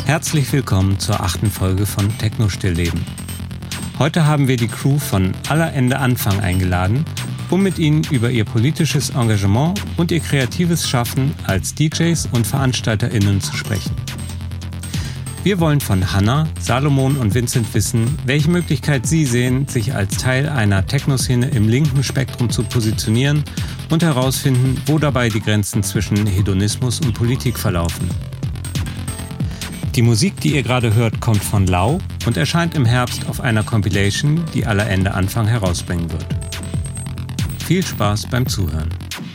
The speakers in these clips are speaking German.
Herzlich willkommen zur 8. Folge von Techno-Stillleben. Heute haben wir die Crew von Aller Ende Anfang eingeladen, um mit ihnen über ihr politisches Engagement und ihr kreatives Schaffen als DJs und VeranstalterInnen zu sprechen. Wir wollen von Hanna, Salomon und Vincent wissen, welche Möglichkeit sie sehen, sich als Teil einer Techno-Szene im linken Spektrum zu positionieren und herausfinden, wo dabei die Grenzen zwischen Hedonismus und Politik verlaufen. Die Musik, die ihr gerade hört, kommt von Lau und erscheint im Herbst auf einer Compilation, die Aller Ende Anfang herausbringen wird. Viel Spaß beim Zuhören.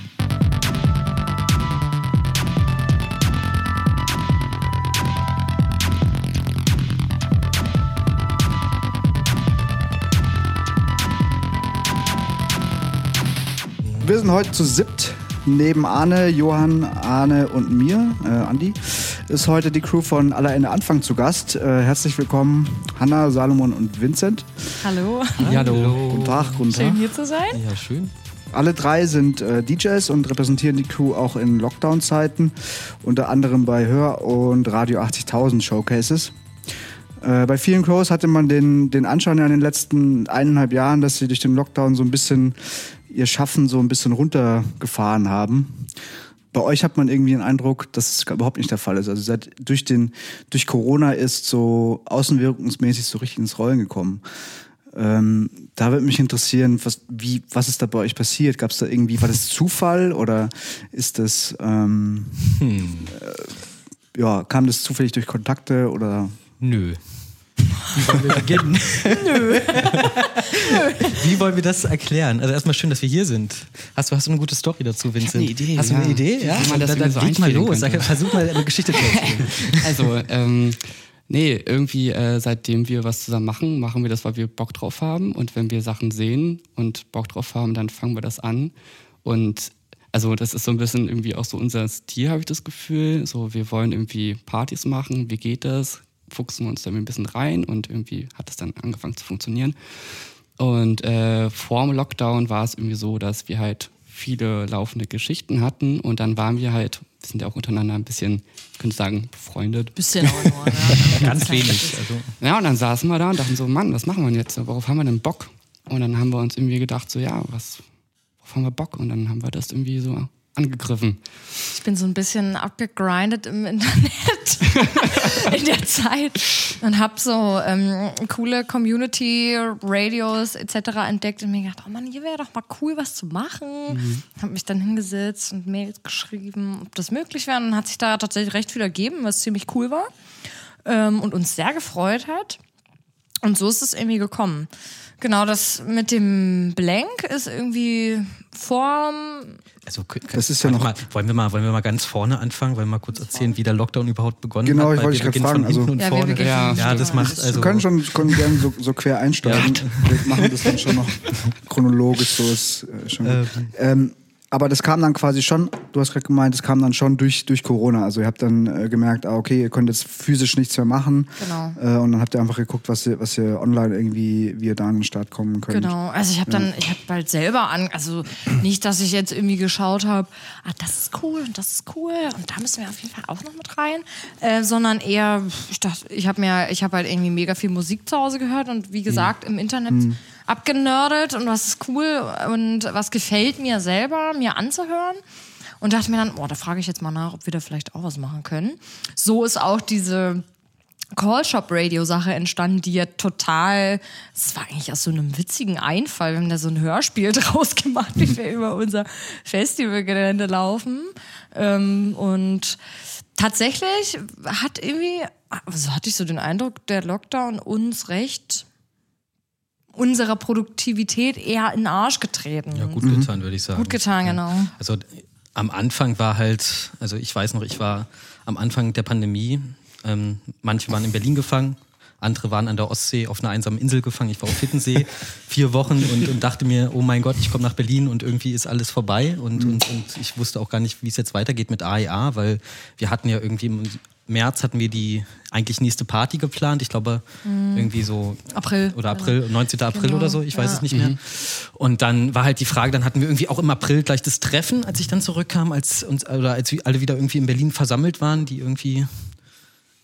Wir sind heute zu siebt. Neben Arne, Johann, Arne und mir, Andi, ist heute die Crew von Aller Ende Anfang zu Gast. Herzlich willkommen, Hanna, Salomon und Vincent. Hallo. Hallo. Guten Tag. Schön hier zu sein. Ja, schön. Alle drei sind DJs und repräsentieren die Crew auch in Lockdown-Zeiten, unter anderem bei Hör und Radio 80.000 Showcases. Bei vielen Crews hatte man den Anschein in den letzten 1,5 Jahren, dass sie durch den Lockdown so ein bisschen ihr Schaffen so ein bisschen runtergefahren haben. Bei euch hat man irgendwie den Eindruck, dass es überhaupt nicht der Fall ist. Also durch Corona ist so außenwirkungsmäßig so richtig ins Rollen gekommen. Da würde mich interessieren, was ist da bei euch passiert? Gab es da irgendwie, war das Zufall oder ist das, kam das zufällig durch Kontakte oder? Nö. Wie wollen wir beginnen? Nö. Wie wollen wir das erklären? Also erstmal schön, dass wir hier sind. Hast du eine gute Story dazu, Vincent? Ich habe eine Idee. Hast du eine Idee? Ja. Wie man das dann so leg mal los. könnte. Versuch mal eine Geschichte zu erzählen. Also, irgendwie seitdem wir was zusammen machen wir das, weil wir Bock drauf haben. Und wenn wir Sachen sehen und Bock drauf haben, dann fangen wir das an. Und also das ist so ein bisschen irgendwie auch so unser Stil, habe ich das Gefühl. So, wir wollen irgendwie Partys machen. Wie geht das? Fuchsen wir uns da ein bisschen rein und irgendwie hat es dann angefangen zu funktionieren. Und vor dem Lockdown war es irgendwie so, dass wir halt viele laufende Geschichten hatten und dann waren wir sind ja auch untereinander ein bisschen, ich könnte sagen, befreundet. Bisschen aber nur, ja. Ganz wenig. Also. Ja, und dann saßen wir da und dachten so, Mann, was machen wir denn jetzt? Worauf haben wir denn Bock? Und dann haben wir uns irgendwie gedacht, so ja, worauf haben wir Bock? Und dann haben wir das irgendwie so angegriffen. Ich bin so ein bisschen abgegrindet im Internet in der Zeit und habe so coole Community-Radios etc. entdeckt und mir gedacht, oh Mann, hier wäre doch mal cool, was zu machen. Habe mich dann hingesetzt und Mails geschrieben, ob das möglich wäre. Und dann hat sich da tatsächlich recht viel ergeben, was ziemlich cool war und uns sehr gefreut hat. Und so ist es irgendwie gekommen. Genau, das mit dem Blank ist irgendwie Also, das ist ja noch. Wollen wir mal ganz vorne anfangen? Wollen wir mal kurz erzählen, wie der Lockdown überhaupt begonnen hat? Genau, ich wollte gerade fragen. Also, ja, vorne. Das macht Wir können gerne so quer einsteigen. Ja. Wir machen das dann schon noch chronologisch, so ist schon. Aber das kam dann quasi schon, du hast gerade gemeint, das kam dann schon durch Corona. Also ihr habt dann gemerkt, okay, ihr könnt jetzt physisch nichts mehr machen. Genau. Und dann habt ihr einfach geguckt, was ihr online irgendwie, wie ihr da an den Start kommen könnt. Genau, also ich habe bald selber also nicht, dass ich jetzt irgendwie geschaut habe, das ist cool und das ist cool und da müssen wir auf jeden Fall auch noch mit rein, sondern eher, ich dachte, ich habe halt irgendwie mega viel Musik zu Hause gehört und wie gesagt im Internet abgenördet und was ist cool und was gefällt mir selber, mir anzuhören. Und dachte mir dann, da frage ich jetzt mal nach, ob wir da vielleicht auch was machen können. So ist auch diese Call-Shop-Radio-Sache entstanden, die ja total, es war eigentlich aus so einem witzigen Einfall, wir haben da so ein Hörspiel draus gemacht, wie wir über unser Festivalgelände laufen. Und tatsächlich hatte ich so den Eindruck, der Lockdown uns unserer Produktivität eher in den Arsch getreten. Ja, gut getan, würde ich sagen. Gut getan, genau. Also am Anfang war also ich weiß noch, ich war am Anfang der Pandemie, manche waren in Berlin gefangen, andere waren an der Ostsee auf einer einsamen Insel gefangen. Ich war auf Hiddensee 4 Wochen und dachte mir, oh mein Gott, ich komme nach Berlin und irgendwie ist alles vorbei und ich wusste auch gar nicht, wie es jetzt weitergeht mit AEA, weil wir hatten ja irgendwie März hatten wir die eigentlich nächste Party geplant. Ich glaube, irgendwie so April. Oder April, 19. April Genau. oder so, ich weiß es nicht mehr. Und dann war halt die Frage, dann hatten wir irgendwie auch im April gleich das Treffen, als ich dann zurückkam, als wir alle wieder irgendwie in Berlin versammelt waren, die irgendwie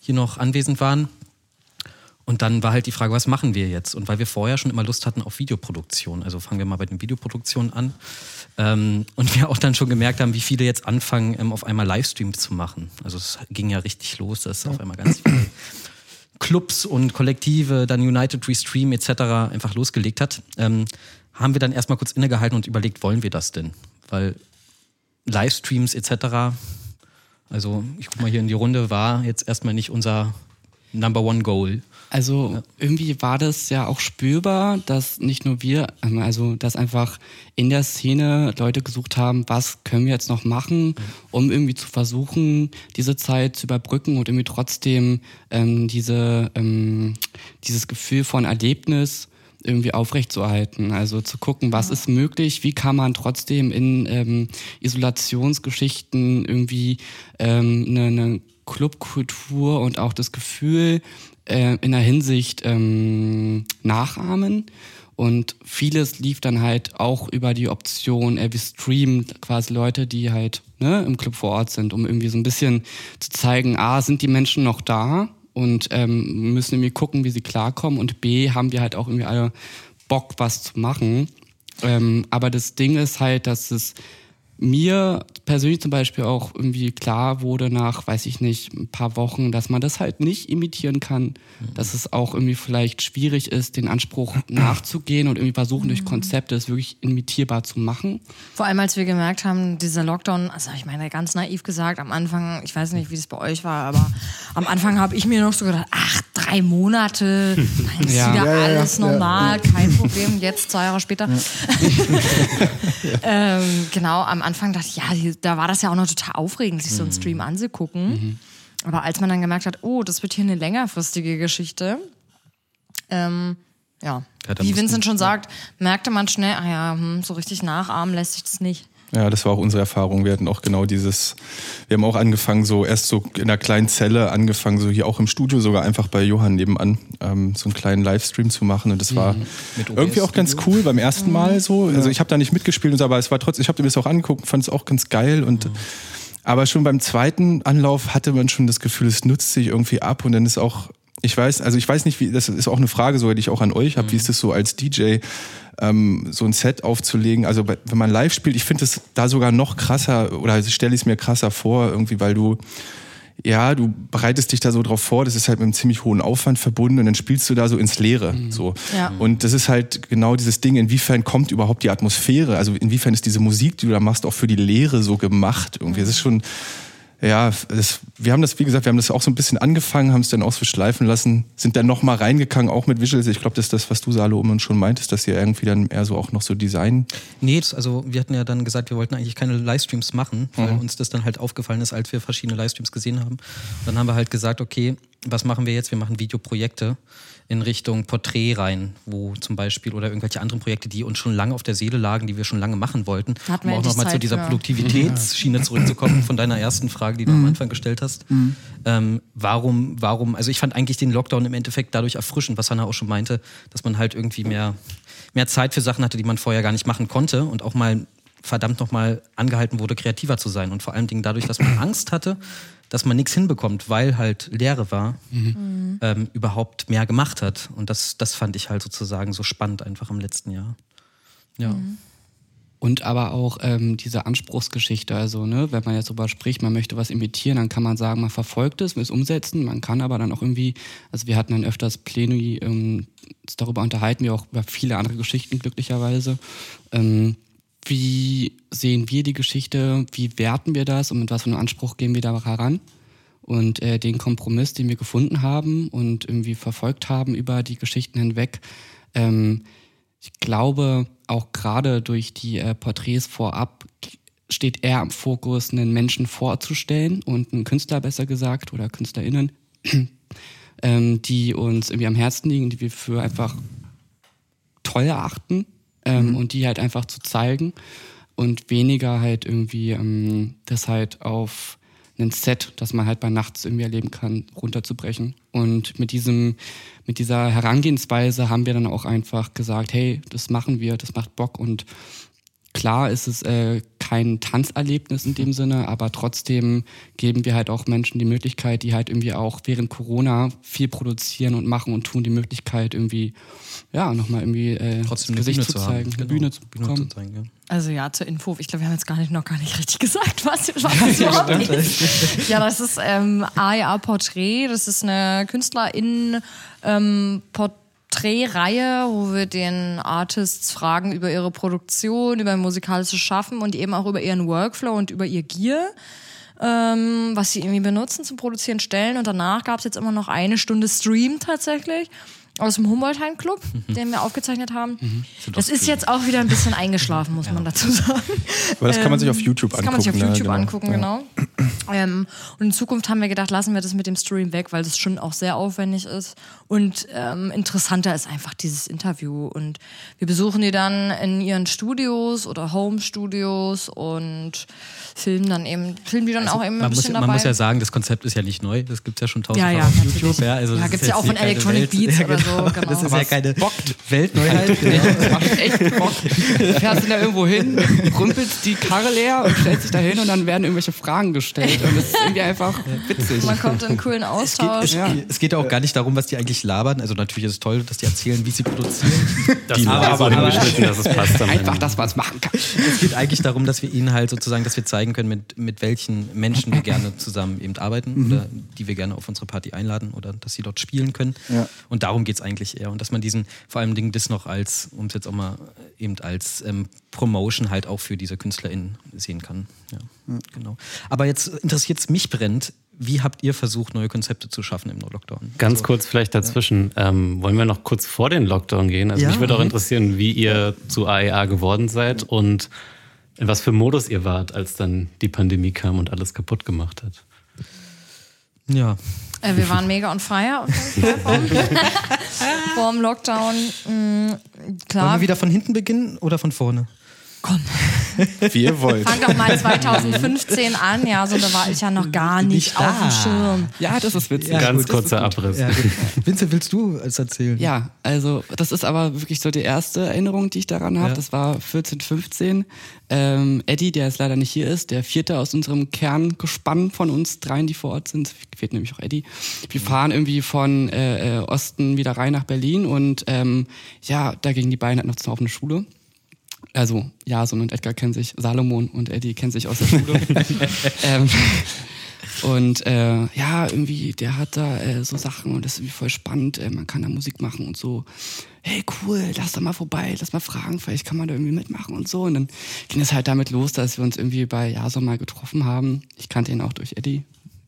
hier noch anwesend waren. Und dann war halt die Frage, was machen wir jetzt? Und weil wir vorher schon immer Lust hatten auf Videoproduktion, also fangen wir mal bei den Videoproduktionen an. Und wir auch dann schon gemerkt haben, wie viele jetzt anfangen, auf einmal Livestreams zu machen. Also es ging ja richtig los, dass auf einmal ganz viele Clubs und Kollektive, dann United Restream etc. einfach losgelegt hat. Haben wir dann erstmal kurz innegehalten und überlegt, wollen wir das denn? Weil Livestreams etc., also ich guck mal hier in die Runde, war jetzt erstmal nicht unser Number One Goal. Also irgendwie war das ja auch spürbar, dass nicht nur wir, also dass einfach in der Szene Leute gesucht haben, was können wir jetzt noch machen, um irgendwie zu versuchen, diese Zeit zu überbrücken und irgendwie trotzdem dieses Gefühl von Erlebnis irgendwie aufrechtzuerhalten. Also zu gucken, was ist möglich, wie kann man trotzdem in Isolationsgeschichten irgendwie eine Clubkultur und auch das Gefühl in der Hinsicht nachahmen. Und vieles lief dann halt auch über die Option, wir streamen quasi Leute, die halt im Club vor Ort sind, um irgendwie so ein bisschen zu zeigen, A, sind die Menschen noch da und müssen irgendwie gucken, wie sie klarkommen, und B, haben wir halt auch irgendwie alle Bock, was zu machen. Aber das Ding ist halt, dass es mir persönlich zum Beispiel auch irgendwie klar wurde nach, weiß ich nicht, ein paar Wochen, dass man das halt nicht imitieren kann, dass es auch irgendwie vielleicht schwierig ist, den Anspruch nachzugehen und irgendwie versuchen, durch Konzepte es wirklich imitierbar zu machen. Vor allem, als wir gemerkt haben, dieser Lockdown, also ich meine, ganz naiv gesagt, am Anfang, ich weiß nicht, wie es bei euch war, aber am Anfang habe ich mir noch so gedacht, 3 Monate, dann ist wieder alles normal, kein Problem, jetzt 2 Jahre später. Genau, am Anfang dachte ich, da war das ja auch noch total aufregend, sich so einen Stream anzugucken. Aber als man dann gemerkt hat, das wird hier eine längerfristige Geschichte, wie Vincent schon sagt, merkte man schnell, so richtig nachahmen lässt sich das nicht. Ja, das war auch unsere Erfahrung. Wir hatten auch genau wir haben auch angefangen, erst in einer kleinen Zelle angefangen, so hier auch im Studio, sogar einfach bei Johann nebenan, so einen kleinen Livestream zu machen. Und das war irgendwie auch ganz cool beim ersten Mal so. Also ich habe da nicht mitgespielt und so, aber es war trotzdem, ich habe mir das auch angeguckt, fand es auch ganz geil. Aber schon beim zweiten Anlauf hatte man schon das Gefühl, es nutzt sich irgendwie ab, und dann ist auch, ich weiß nicht, das ist auch eine Frage sogar, die ich auch an euch habe, wie ist das so als DJ, so ein Set aufzulegen? Also wenn man live spielt, ich finde es da sogar noch krasser, oder stelle ich es mir krasser vor, irgendwie, weil du bereitest dich da so drauf vor, das ist halt mit einem ziemlich hohen Aufwand verbunden, und dann spielst du da so ins Leere. So. Ja. Und das ist halt genau dieses Ding, inwiefern kommt überhaupt die Atmosphäre, also inwiefern ist diese Musik, die du da machst, auch für die Leere so gemacht. Irgendwie. Das ist schon, wir haben das auch so ein bisschen angefangen, haben es dann auch so schleifen lassen, sind dann nochmal reingegangen, auch mit Visuals. Ich glaube, das ist das, was du, Salomon, schon meintest, dass ihr irgendwie dann eher so auch noch so Design... Nee, also wir hatten ja dann gesagt, wir wollten eigentlich keine Livestreams machen, weil uns das dann halt aufgefallen ist, als wir verschiedene Livestreams gesehen haben. Dann haben wir halt gesagt, okay, was machen wir jetzt? Wir machen Videoprojekte in Richtung Porträt rein, wo zum Beispiel, oder irgendwelche anderen Projekte, die uns schon lange auf der Seele lagen, die wir schon lange machen wollten, um auch nochmal zu dieser Produktivitätsschiene zurückzukommen, von deiner ersten Frage, die du am Anfang gestellt hast. Warum, also ich fand eigentlich den Lockdown im Endeffekt dadurch erfrischend, was Hannah auch schon meinte, dass man halt irgendwie mehr Zeit für Sachen hatte, die man vorher gar nicht machen konnte, und auch mal verdammt nochmal angehalten wurde, kreativer zu sein, und vor allem dadurch, dass man Angst hatte, dass man nichts hinbekommt, weil halt Leere war, überhaupt mehr gemacht hat. Und das fand ich halt sozusagen so spannend einfach im letzten Jahr. Ja. Und aber auch diese Anspruchsgeschichte, also wenn man jetzt darüber spricht, man möchte was imitieren, dann kann man sagen, man verfolgt es, will es umsetzen, man kann aber dann auch irgendwie, also wir hatten dann öfters Pläne, uns darüber unterhalten, wir auch über viele andere Geschichten glücklicherweise. Wie sehen wir die Geschichte, wie werten wir das und mit was für einem Anspruch gehen wir da heran? Und den Kompromiss, den wir gefunden haben und irgendwie verfolgt haben über die Geschichten hinweg, ich glaube, auch gerade durch die Porträts vorab steht eher am Fokus, einen Menschen vorzustellen und einen Künstler, besser gesagt, oder KünstlerInnen, die uns irgendwie am Herzen liegen, die wir für einfach toll erachten. Und die halt einfach zu zeigen und weniger halt irgendwie das halt auf ein Set, das man halt bei Nachts irgendwie erleben kann, runterzubrechen. Und mit dieser Herangehensweise haben wir dann auch einfach gesagt, hey, das machen wir, das macht Bock. Und klar ist es kein Tanzerlebnis in dem Sinne, aber trotzdem geben wir halt auch Menschen die Möglichkeit, die halt irgendwie auch während Corona viel produzieren und machen und tun, die Möglichkeit irgendwie, ja, nochmal irgendwie trotzdem das Gesicht eine Bühne zu zu zeigen, haben. eine Bühne zu bekommen. zeigen, ja. Also ja, zur Info, ich glaube, wir haben jetzt noch gar nicht richtig gesagt, was das überhaupt ist. Ja, das ist AEA Porträt, das ist eine KünstlerInnen Porträtreihe, wo wir den Artists fragen über ihre Produktion, über ihr musikalisches Schaffen und eben auch über ihren Workflow und über ihr Gear, was sie irgendwie benutzen zum Produzieren, stellen. Und danach gab es jetzt immer noch 1 Stunde Stream tatsächlich aus dem Humboldt-Hain-Club, den wir aufgezeichnt haben. Das ist jetzt auch wieder ein bisschen eingeschlafen, muss man dazu sagen. Aber das kann man sich auf YouTube angucken. Das kann man sich auf YouTube angucken, Ja. genau. Und in Zukunft haben wir gedacht, lassen wir das mit dem Stream weg, weil das schon auch sehr aufwendig ist. Und interessanter ist einfach dieses Interview. Und wir besuchen die dann in ihren Studios oder Home-Studios und filmen die dann auch eben ein bisschen dabei. Man muss ja sagen, das Konzept ist ja nicht neu. Das gibt es ja schon tausendfach Ja, auf natürlich. YouTube. Ja, also Ja, gibt es ja auch von Electronic Beats oder so. Genau. Das ist ja keine Weltneuheit. Das macht echt Bock. Du fährst du da irgendwo hin, rümpelst die Karre leer und stellst dich da hin und dann werden irgendwelche Fragen gestellt. Und das ist irgendwie einfach witzig. Man kommt in einen coolen Austausch. Es geht ja auch gar nicht darum, was die eigentlich labern. Also natürlich ist es toll, dass die erzählen, wie sie produzieren. Das war so hingeschnitten, dass es passt. Einfach, dass man es machen kann. Es geht eigentlich darum, dass wir ihnen halt sozusagen, dass wir zeigen können, mit welchen Menschen wir gerne zusammen eben arbeiten oder die wir gerne auf unsere Party einladen oder dass sie dort spielen können. Ja. Und darum geht es eigentlich eher. Und dass man vor allem das noch als, um es jetzt auch mal eben als Promotion halt auch für diese KünstlerInnen sehen kann. Ja, genau. Aber jetzt interessiert es mich brennend, wie habt ihr versucht, neue Konzepte zu schaffen im Lockdown? Ganz kurz vielleicht dazwischen. Wollen wir noch kurz vor den Lockdown gehen? Also mich würde auch interessieren, wie ihr zu AEA geworden seid und in was für Modus ihr wart, als dann die Pandemie kam und alles kaputt gemacht hat. Ja. Wir waren mega on fire auf jeden Fall vor dem Lockdown. Klar. Wollen wir wieder von hinten beginnen oder von vorne? Komm. Wie ihr wollt. Fang doch mal 2015 an, ja, so da war ich ja noch gar nicht auf dem Schirm. Ja, das ist witzig. Ja, Ganz gut, kurzer Abriss. Ja, Vinze, willst du es erzählen? Ja, also das ist aber wirklich so die erste Erinnerung, die ich daran habe. Ja. Das war 14, 15. Eddie, der jetzt leider nicht hier ist, der 4. aus unserem Kerngespann von uns 3, die vor Ort sind, fehlt nämlich auch Eddie. Wir fahren irgendwie von Osten wieder rein nach Berlin und ja, da gingen die beiden halt noch zur offenen Schule. Also Jason und Edgar kennen sich, Salomon und Eddie kennen sich aus der Schule. Und ja, irgendwie, der hat da so Sachen und das ist irgendwie voll spannend, man kann da Musik machen und so. Hey, cool, lass da mal vorbei, lass mal fragen, vielleicht kann man da irgendwie mitmachen und so. Und dann ging es halt damit los, dass wir uns irgendwie bei Jason mal getroffen haben. Ich kannte ihn auch durch Eddie.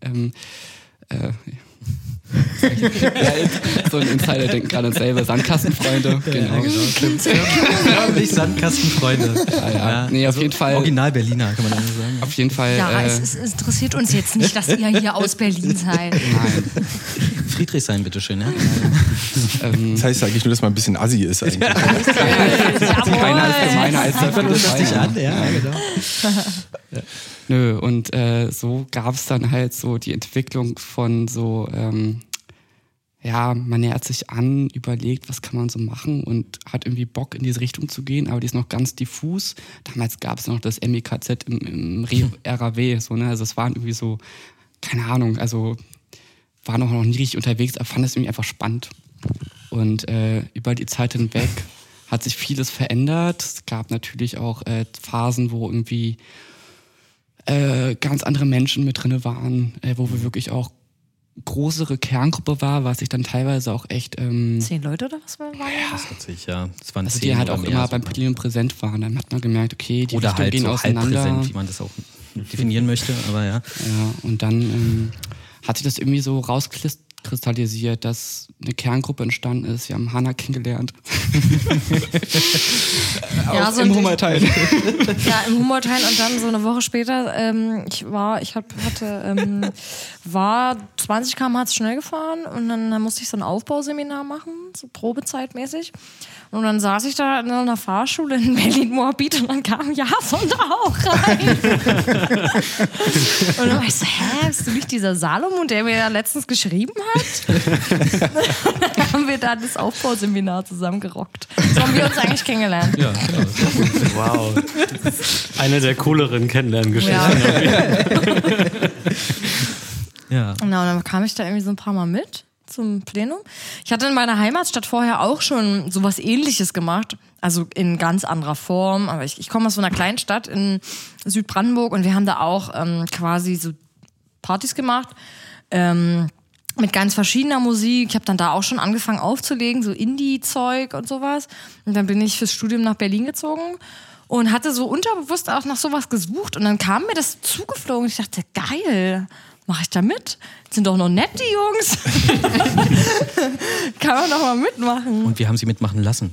So ein Insider denkt gerade selber, Sandkastenfreunde. Genau. Nicht Sandkastenfreunde. Ja. Nee, auf jeden Fall. Original Berliner, kann man eigentlich sagen. Auf jeden Fall. Ja, es interessiert uns jetzt nicht, dass ihr hier aus Berlin seid. Nein. Friedrich sein, bitteschön. Ja? Das heißt eigentlich nur, dass man ein bisschen assi ist eigentlich. Keiner ist gemeiner als der dich an, ja, genau. Nö, und so gab es dann halt so die Entwicklung von so, ja, man nähert sich an, überlegt, was kann man so machen und hat irgendwie Bock in diese Richtung zu gehen, aber die ist noch ganz diffus. Damals gab es noch das MEKZ im RAW, so, ne? Also es waren irgendwie so, keine Ahnung, also waren auch noch nie richtig unterwegs, aber fand es irgendwie einfach spannend. Und über die Zeit hinweg hat sich vieles verändert. Es gab natürlich auch Phasen, wo irgendwie ganz andere Menschen mit drin waren, wo wir wirklich auch größere Kerngruppe war, was ich dann teilweise auch echt 10 Leute oder was war das? Ja, das waren also 10 die halt oder auch mehr, immer so. beim Präludium präsent waren. Dann hat man gemerkt, okay, die oder Richtungen halt gehen so halb auseinander. präsent, wie man das auch definieren möchte, aber ja. Ja, und dann hat sich das irgendwie so rauskristallisiert, dass eine Kerngruppe entstanden ist. Wir haben Hannah kennengelernt. Ja, so im Humboldt-Hain. Ja, im Humboldt-Hain und dann so eine Woche später, 20 km/h schnell gefahren und dann musste ich so ein Aufbauseminar machen, so probezeitmäßig. Und dann saß ich da in einer Fahrschule in Berlin-Moabit und dann kam Jason da auch rein. Und dann war ich so, bist du nicht dieser Salomon, der mir ja letztens geschrieben hat? Und dann haben wir da das Aufbauseminar zusammen gerockt. So haben wir uns eigentlich kennengelernt. Ja, genau. Wow. Eine der cooleren Kennenlerngeschichten. Ja. Genau, dann kam ich da irgendwie so ein paar Mal mit zum Plenum. Ich hatte in meiner Heimatstadt vorher auch schon sowas Ähnliches gemacht, also in ganz anderer Form, aber ich komme aus so einer kleinen Stadt in Südbrandenburg und wir haben da auch quasi so Partys gemacht, mit ganz verschiedener Musik. Ich habe dann da auch schon angefangen aufzulegen, so Indie-Zeug und sowas. Und dann bin ich fürs Studium nach Berlin gezogen und hatte so unterbewusst auch nach sowas gesucht und dann kam mir das zugeflogen und ich dachte, geil, mache ich da mit? Sind doch noch nett, die Jungs. Kann man doch mal mitmachen. Und wir haben sie mitmachen lassen.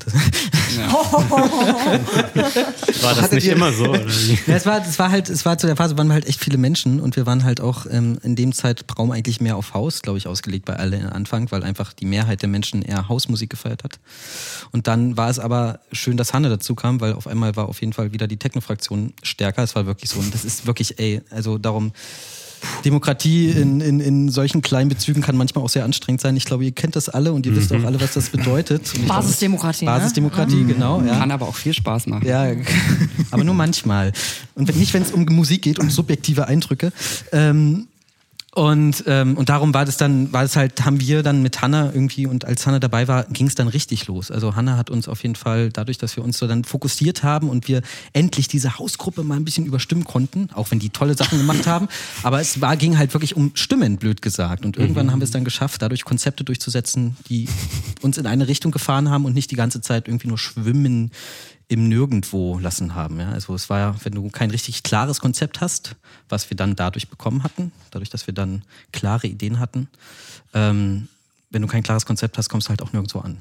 War das nicht immer so? Oder wie? Ja, es war zu der Phase, waren wir halt echt viele Menschen und wir waren halt auch in dem Zeitraum eigentlich mehr auf Haus, glaube ich, ausgelegt bei alle am Anfang, weil einfach die Mehrheit der Menschen eher Hausmusik gefeiert hat. Und dann war es aber schön, dass Hanne dazu kam, weil auf einmal war auf jeden Fall wieder die Techno-Fraktion stärker. Es war wirklich so und das ist wirklich, also darum, Demokratie in solchen kleinen Bezügen kann manchmal auch sehr anstrengend sein. Ich glaube, ihr kennt das alle und ihr wisst auch alle, was das bedeutet. Basisdemokratie. Basisdemokratie, genau. Ja. Kann aber auch viel Spaß machen. Ja, aber nur manchmal. Und nicht, wenn es um Musik geht, um subjektive Eindrücke. Und darum haben wir dann mit Hanna irgendwie, und als Hanna dabei war, ging es dann richtig los. Also Hanna hat uns auf jeden Fall, dadurch, dass wir uns so dann fokussiert haben und wir endlich diese Hausgruppe mal ein bisschen überstimmen konnten, auch wenn die tolle Sachen gemacht haben, aber ging halt wirklich um Stimmen, blöd gesagt. Und irgendwann haben wir es dann geschafft, dadurch Konzepte durchzusetzen, die uns in eine Richtung gefahren haben und nicht die ganze Zeit irgendwie nur schwimmen im Nirgendwo lassen haben. Ja? Also es war ja, wenn du kein richtig klares Konzept hast, was wir dann dadurch bekommen hatten, dadurch, dass wir dann klare Ideen hatten, wenn du kein klares Konzept hast, kommst du halt auch nirgendwo an.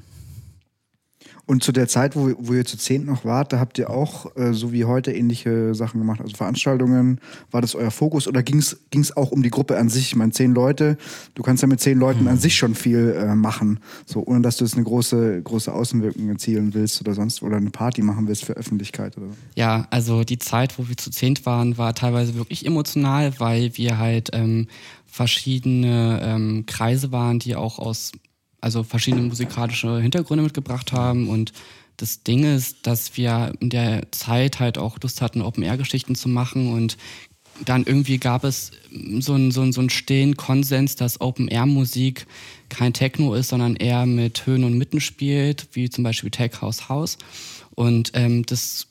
Und zu der Zeit, wo ihr zu 10 noch wart, da habt ihr auch, so wie heute, ähnliche Sachen gemacht, also Veranstaltungen. War das euer Fokus oder ging's auch um die Gruppe an sich? Ich meine, 10 Leute, du kannst ja mit 10 Leuten an sich schon viel machen, so ohne dass du jetzt eine große Außenwirkung erzielen willst oder sonst oder eine Party machen willst für Öffentlichkeit oder so. Ja, also die Zeit, wo wir zu 10 waren, war teilweise wirklich emotional, weil wir halt verschiedene Kreise waren, die auch also verschiedene musikalische Hintergründe mitgebracht haben und das Ding ist, dass wir in der Zeit halt auch Lust hatten, Open-Air-Geschichten zu machen und dann irgendwie gab es so einen stillen Konsens, dass Open-Air-Musik kein Techno ist, sondern eher mit Höhen und Mitten spielt, wie zum Beispiel Tech House House und das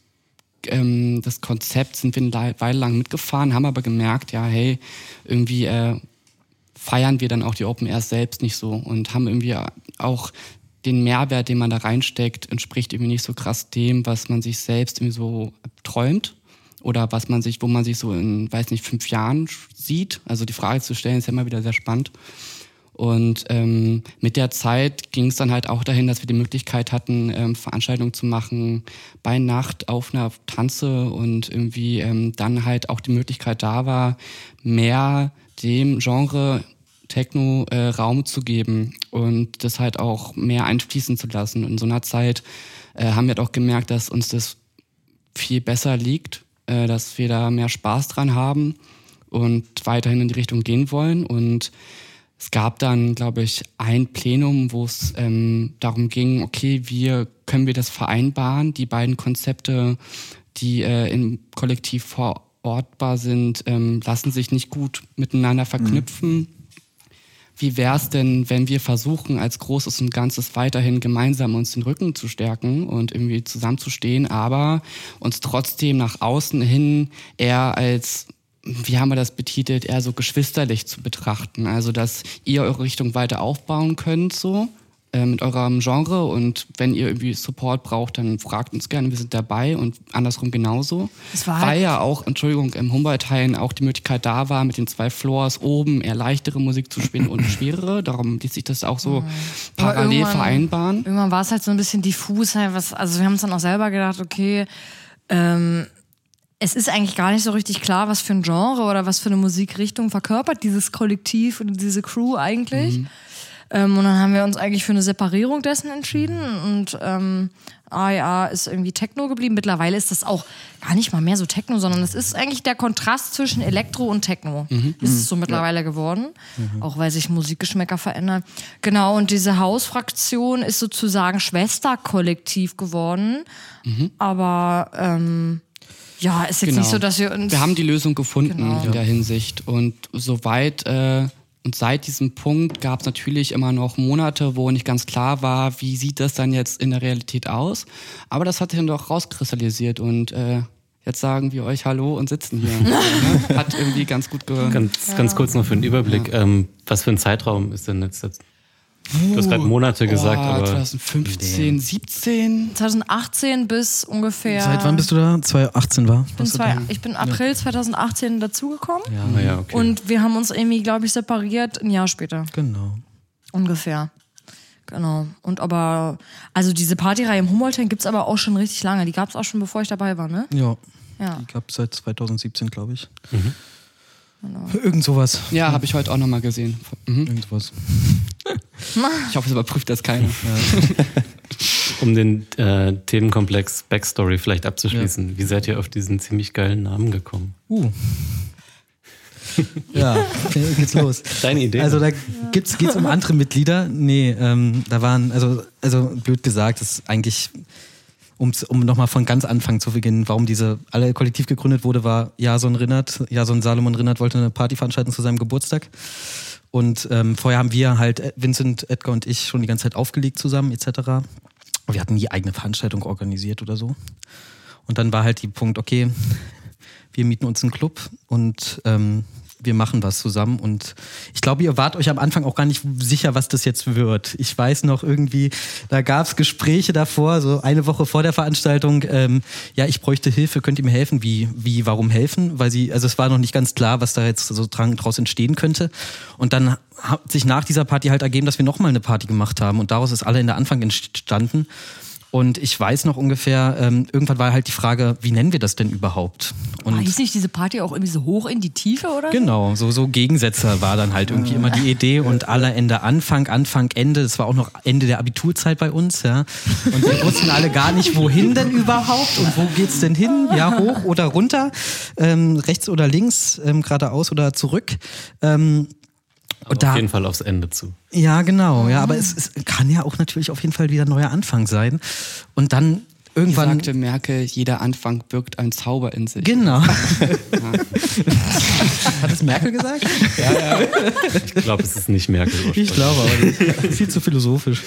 Konzept sind wir eine Weile lang mitgefahren, haben aber gemerkt, ja hey, irgendwie feiern wir dann auch die Open Airs selbst nicht so und haben irgendwie auch den Mehrwert, den man da reinsteckt, entspricht irgendwie nicht so krass dem, was man sich selbst irgendwie so träumt oder wo man sich so in, 5 Jahren sieht. Also die Frage zu stellen ist ja immer wieder sehr spannend. Und mit der Zeit ging es dann halt auch dahin, dass wir die Möglichkeit hatten, Veranstaltungen zu machen bei Nacht auf einer Tanze und irgendwie dann halt auch die Möglichkeit da war, mehr dem Genre Techno Raum zu geben und das halt auch mehr einfließen zu lassen. In so einer Zeit haben wir halt auch gemerkt, dass uns das viel besser liegt, dass wir da mehr Spaß dran haben und weiterhin in die Richtung gehen wollen. Und es gab dann, glaube ich, ein Plenum, wo es darum ging, okay, können wir das vereinbaren, die beiden Konzepte, die im Kollektiv verortbar sind, lassen sich nicht gut miteinander verknüpfen. Wie wäre es denn, wenn wir versuchen, als Großes und Ganzes weiterhin gemeinsam uns den Rücken zu stärken und irgendwie zusammenzustehen, aber uns trotzdem nach außen hin eher als, wie haben wir das betitelt, eher so geschwisterlich zu betrachten. Also, dass ihr eure Richtung weiter aufbauen könnt, so mit eurem Genre und wenn ihr irgendwie Support braucht, dann fragt uns gerne, wir sind dabei und andersrum genauso. Weil ja auch, im Humboldt-Hain auch die Möglichkeit da war, mit den 2 Floors oben eher leichtere Musik zu spielen und schwerere, darum ließ sich das auch so parallel vereinbaren. Irgendwann war es halt so ein bisschen diffus, also wir haben uns dann auch selber gedacht, okay, es ist eigentlich gar nicht so richtig klar, was für ein Genre oder was für eine Musikrichtung verkörpert dieses Kollektiv oder diese Crew eigentlich. Und dann haben wir uns eigentlich für eine Separierung dessen entschieden und AEA ist irgendwie Techno geblieben. Mittlerweile ist das auch gar nicht mal mehr so Techno, sondern es ist eigentlich der Kontrast zwischen Elektro und Techno. Ist es so mittlerweile geworden, auch weil sich Musikgeschmäcker verändern. Genau, und diese Hausfraktion ist sozusagen Schwesterkollektiv geworden. Aber ja, ist jetzt nicht so, dass wir uns... Wir haben die Lösung gefunden in der Hinsicht und soweit... Und seit diesem Punkt gab es natürlich immer noch Monate, wo nicht ganz klar war, wie sieht das dann jetzt in der Realität aus. Aber das hat sich dann doch rauskristallisiert und jetzt sagen wir euch Hallo und sitzen hier. Hat irgendwie ganz gut Ganz kurz noch für den Überblick. Was für ein Zeitraum ist denn jetzt? Du hast gerade Monate gesagt, aber... 2015, 17... 2018 bis ungefähr... Seit wann bist du da? 2018 war? Ich bin April 2018 dazugekommen. Ja, okay. Und wir haben uns irgendwie, glaube ich, separiert ein Jahr später. Genau. Ungefähr. Genau. Und aber, also diese Partyreihe im Humboldt gibt es aber auch schon richtig lange. Die gab es auch schon, bevor ich dabei war, ne? Ja. Ja. Die gab es seit 2017, glaube ich. Genau. Irgend sowas. Ja, habe ich heute auch nochmal gesehen. Irgend sowas. Ich hoffe, es überprüft das keiner. Um den Themenkomplex Backstory vielleicht abzuschließen. Wie seid ihr auf diesen ziemlich geilen Namen gekommen? Ja, geht's los. Deine Idee? Also da geht's um andere Mitglieder. Nee, da waren, also blöd gesagt, das ist eigentlich, um nochmal von ganz Anfang zu beginnen, warum diese alle Kollektiv gegründet wurde, war Jason Salomon Rinnert wollte eine Party veranstalten zu seinem Geburtstag. Und vorher haben wir halt, Vincent, Edgar und ich, schon die ganze Zeit aufgelegt zusammen etc. Wir hatten nie eigene Veranstaltung organisiert oder so. Und dann war halt die Punkt, okay, wir mieten uns einen Club und wir machen was zusammen. Und ich glaube, ihr wart euch am Anfang auch gar nicht sicher, was das jetzt wird. Ich weiß noch irgendwie, da gab es Gespräche davor, so eine Woche vor der Veranstaltung, ja, ich bräuchte Hilfe, könnt ihr mir helfen? Warum helfen? Weil es war noch nicht ganz klar, was da jetzt so draus entstehen könnte. Und dann hat sich nach dieser Party halt ergeben, dass wir nochmal eine Party gemacht haben und daraus ist alle in der Anfang entstanden. Und ich weiß noch ungefähr, irgendwann war halt die Frage, wie nennen wir das denn überhaupt? Und hieß nicht diese Party auch irgendwie so hoch in die Tiefe oder so? Genau, so Gegensätze war dann halt irgendwie immer die Idee und aller Ende Anfang, Ende. Das war auch noch Ende der Abiturzeit bei uns, ja. Und wir wussten alle gar nicht, wohin denn überhaupt und wo geht's denn hin? Ja, hoch oder runter, rechts oder links, geradeaus oder zurück. Und auf jeden Fall aufs Ende zu. Ja, genau. Ja, aber es kann ja auch natürlich auf jeden Fall wieder ein neuer Anfang sein. Und dann irgendwann... Sagte Merkel, jeder Anfang birgt einen Zauber in sich. Genau. Hat es Merkel gesagt? Ja. Ich glaube, es ist nicht Merkel. Ich glaube aber viel zu philosophisch.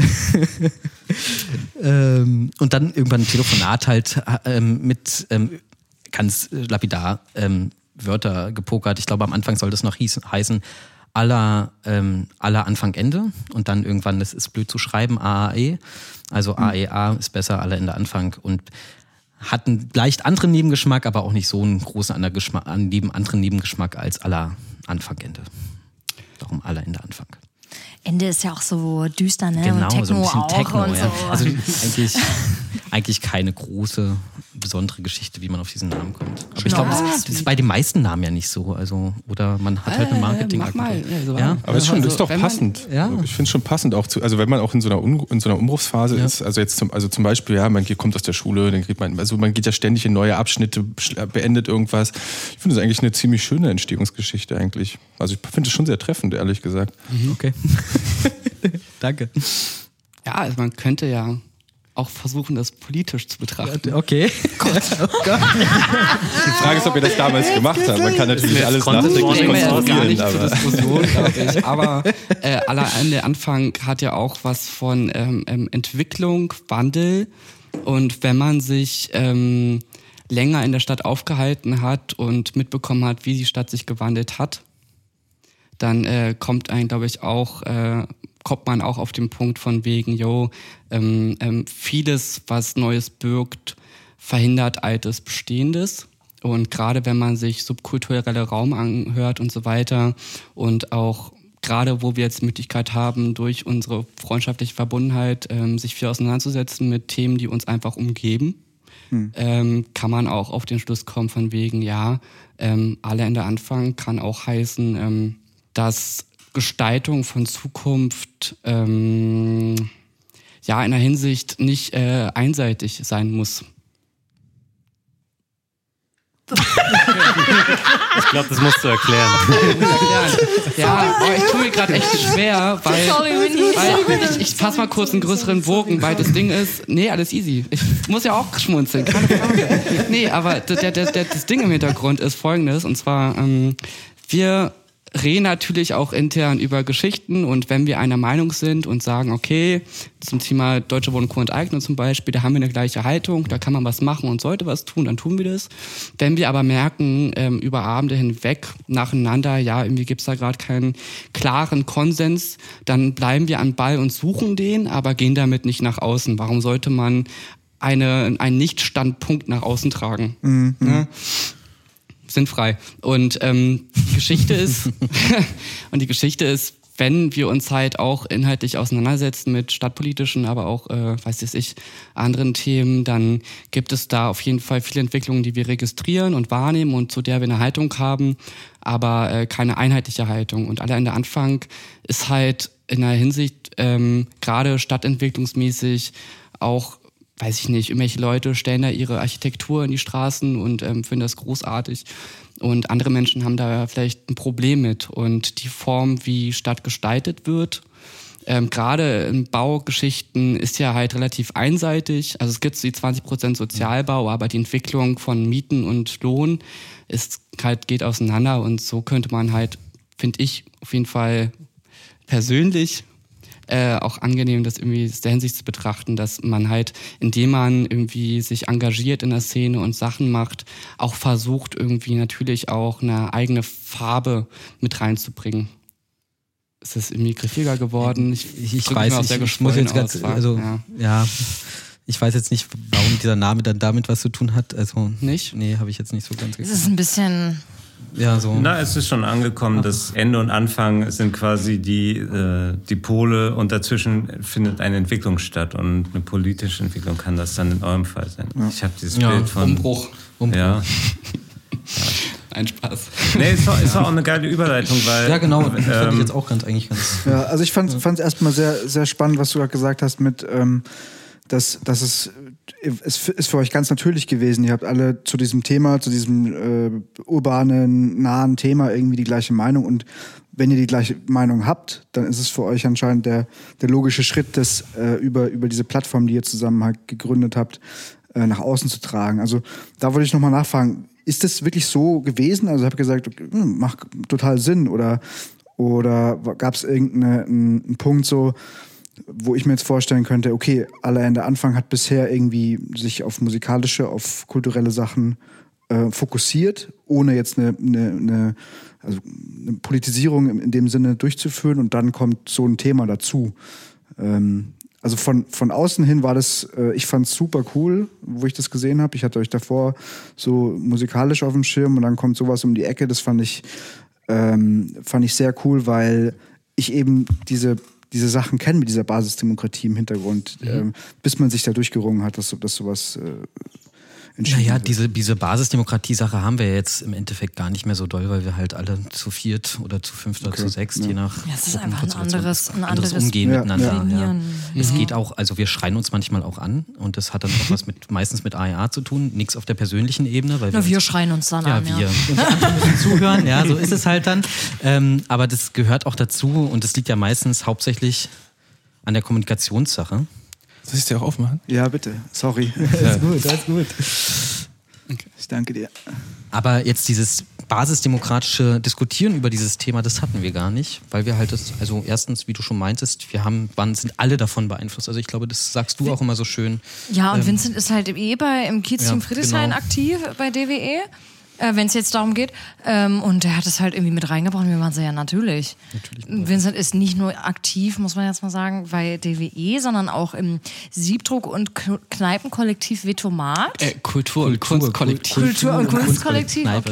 Und dann irgendwann ein Telefonat halt mit ganz lapidar Wörter gepokert. Ich glaube, am Anfang sollte es noch heißen, aller Anfang Ende und dann irgendwann, das ist blöd zu schreiben, AAE, also AEA ist besser, aller Ende Anfang und hat einen leicht anderen Nebengeschmack, aber auch nicht so einen großen anderen Nebengeschmack als aller Anfang Ende. Darum aller Ende Anfang. Ende ist ja auch so düster, ne? Genau, und Techno so ein bisschen auch Techno, und ja. so. Also eigentlich keine große, besondere Geschichte, wie man auf diesen Namen kommt. Aber ich glaube, das ist bei den meisten Namen ja nicht so. Also, oder man hat halt eine Marketingagentur. Ja? Aber es ist doch passend. Ja. Ich finde es schon passend auch zu, also wenn man auch in so einer Umbruchsphase ist, also jetzt zum Beispiel, ja, man kommt aus der Schule, dann man geht ja ständig in neue Abschnitte, beendet irgendwas. Ich finde es eigentlich eine ziemlich schöne Entstehungsgeschichte eigentlich. Also ich finde es schon sehr treffend, ehrlich gesagt. Okay. Danke. Ja, also man könnte ja auch versuchen, das politisch zu betrachten. Okay. Die Frage ist, ob wir das damals gemacht haben. Man kann natürlich alles nachträglich konstruieren. Aber aller Ende Anfang hat ja auch was von Entwicklung, Wandel. Und wenn man sich länger in der Stadt aufgehalten hat und mitbekommen hat, wie die Stadt sich gewandelt hat, dann kommt man auch auf den Punkt von wegen, vieles, was Neues birgt, verhindert Altes, Bestehendes. Und gerade wenn man sich subkulturelle Raum anhört und so weiter und auch gerade, wo wir jetzt die Möglichkeit haben, durch unsere freundschaftliche Verbundenheit sich viel auseinanderzusetzen mit Themen, die uns einfach umgeben, kann man auch auf den Schluss kommen von wegen, alle Ende Anfang kann auch heißen, dass Gestaltung von Zukunft in einer Hinsicht nicht einseitig sein muss. Ich glaube, das musst du erklären. Ja, aber ich tue mir gerade echt schwer, weil ich fasse mal kurz einen größeren Bogen, weil das Ding ist, nee, alles easy. Ich muss ja auch schmunzeln, keine Frage. Nee, aber das Ding im Hintergrund ist folgendes, und zwar, wir reden natürlich auch intern über Geschichten, und wenn wir einer Meinung sind und sagen, okay, zum Thema Deutsche Wohnen Co. Enteignung zum Beispiel, da haben wir eine gleiche Haltung, da kann man was machen und sollte was tun, dann tun wir das. Wenn wir aber merken, über Abende hinweg, nacheinander, ja, irgendwie gibt's da gerade keinen klaren Konsens, dann bleiben wir am Ball und suchen den, aber gehen damit nicht nach außen. Warum sollte man einen Nicht-Standpunkt nach außen tragen? Mhm. Ja? Sinnfrei. Und die Geschichte ist, wenn wir uns halt auch inhaltlich auseinandersetzen mit stadtpolitischen, aber auch, anderen Themen, dann gibt es da auf jeden Fall viele Entwicklungen, die wir registrieren und wahrnehmen und zu der wir eine Haltung haben, aber keine einheitliche Haltung. Und aller Ende Anfang ist halt in der Hinsicht gerade stadtentwicklungsmäßig auch, weiß ich nicht, irgendwelche Leute stellen da ihre Architektur in die Straßen und finden das großartig. Und andere Menschen haben da vielleicht ein Problem mit. Und die Form, wie Stadt gestaltet wird, gerade in Baugeschichten, ist ja halt relativ einseitig. Also es gibt die 20% Sozialbau, aber die Entwicklung von Mieten und Lohn geht auseinander. Und so könnte man halt, finde ich, auf jeden Fall persönlich auch angenehm, das irgendwie aus der Hinsicht zu betrachten, dass man halt, indem man irgendwie sich engagiert in der Szene und Sachen macht, auch versucht, irgendwie natürlich auch eine eigene Farbe mit reinzubringen. Ist das irgendwie griffiger geworden? Ich weiß nicht, ich muss jetzt ganz, ich weiß jetzt nicht, warum dieser Name dann damit was zu tun hat. Also nicht? Nee, habe ich jetzt nicht so ganz gekriegt. Es ist ein bisschen... Ja, so. Na, es ist schon angekommen, das Ende und Anfang sind quasi die Pole, und dazwischen findet eine Entwicklung statt, und eine politische Entwicklung kann das dann in eurem Fall sein. Ja. Ich habe dieses Bild von... Umbruch. Ja. Ein Spaß. Nee, es war auch eine geile Überleitung, weil... Ja, genau, das fand ich jetzt auch ganz... Ja, also ich fand es erstmal sehr, sehr spannend, was du gerade gesagt hast mit... dass es ist für euch ganz natürlich gewesen. Ihr habt alle zu diesem Thema, zu diesem urbanen, nahen Thema irgendwie die gleiche Meinung. Und wenn ihr die gleiche Meinung habt, dann ist es für euch anscheinend der logische Schritt, das über diese Plattform, die ihr zusammen halt gegründet habt, nach außen zu tragen. Also da wollte ich nochmal nachfragen, ist das wirklich so gewesen? Also ich habe gesagt, macht total Sinn. Oder gab es irgendeinen Punkt so, wo ich mir jetzt vorstellen könnte, okay, Allerende Anfang hat bisher irgendwie sich auf musikalische, auf kulturelle Sachen fokussiert, ohne jetzt eine Politisierung in dem Sinne durchzuführen, und dann kommt so ein Thema dazu. Also von außen hin war das, ich fand es super cool, wo ich das gesehen habe. Ich hatte euch davor so musikalisch auf dem Schirm, und dann kommt sowas um die Ecke. Das fand ich sehr cool, weil ich eben diese Sachen kenne mit dieser Basisdemokratie im Hintergrund, bis man sich da durchgerungen hat, dass sowas entschieden wird. Diese Basisdemokratie-Sache haben wir jetzt im Endeffekt gar nicht mehr so doll, weil wir halt alle zu 4 oder zu 5 oder zu 6, je nach... Ja, es ist einfach ein anderes Umgehen miteinander. Ja. Es geht auch, also wir schreien uns manchmal auch an, und das hat dann auch was meistens mit AEA zu tun, nichts auf der persönlichen Ebene. Weil wir schreien uns dann an. Ja, wir. Und andere müssen zuhören, ja, so ist es halt dann. Aber das gehört auch dazu, und das liegt ja meistens hauptsächlich an der Kommunikationssache. Soll ich es dir auch aufmachen? Ja, bitte. Sorry. Alles gut. Okay. Ich danke dir. Aber jetzt dieses basisdemokratische Diskutieren über dieses Thema, das hatten wir gar nicht, weil wir halt also erstens, wie du schon meintest, sind alle davon beeinflusst. Also ich glaube, das sagst du auch immer so schön. Ja, und Vincent ist halt im Kiezteam Friedrichshain aktiv bei DWE. Wenn es jetzt darum geht. Und der hat es halt irgendwie mit reingebracht. Und wir waren so, ja, natürlich. Vincent ist nicht nur aktiv, muss man jetzt mal sagen, bei DWE, sondern auch im Siebdruck- und Kneipenkollektiv Vetomat. Kultur- und Kunstkollektiv. Kultur- und Kunstkollektiv, Kneipe.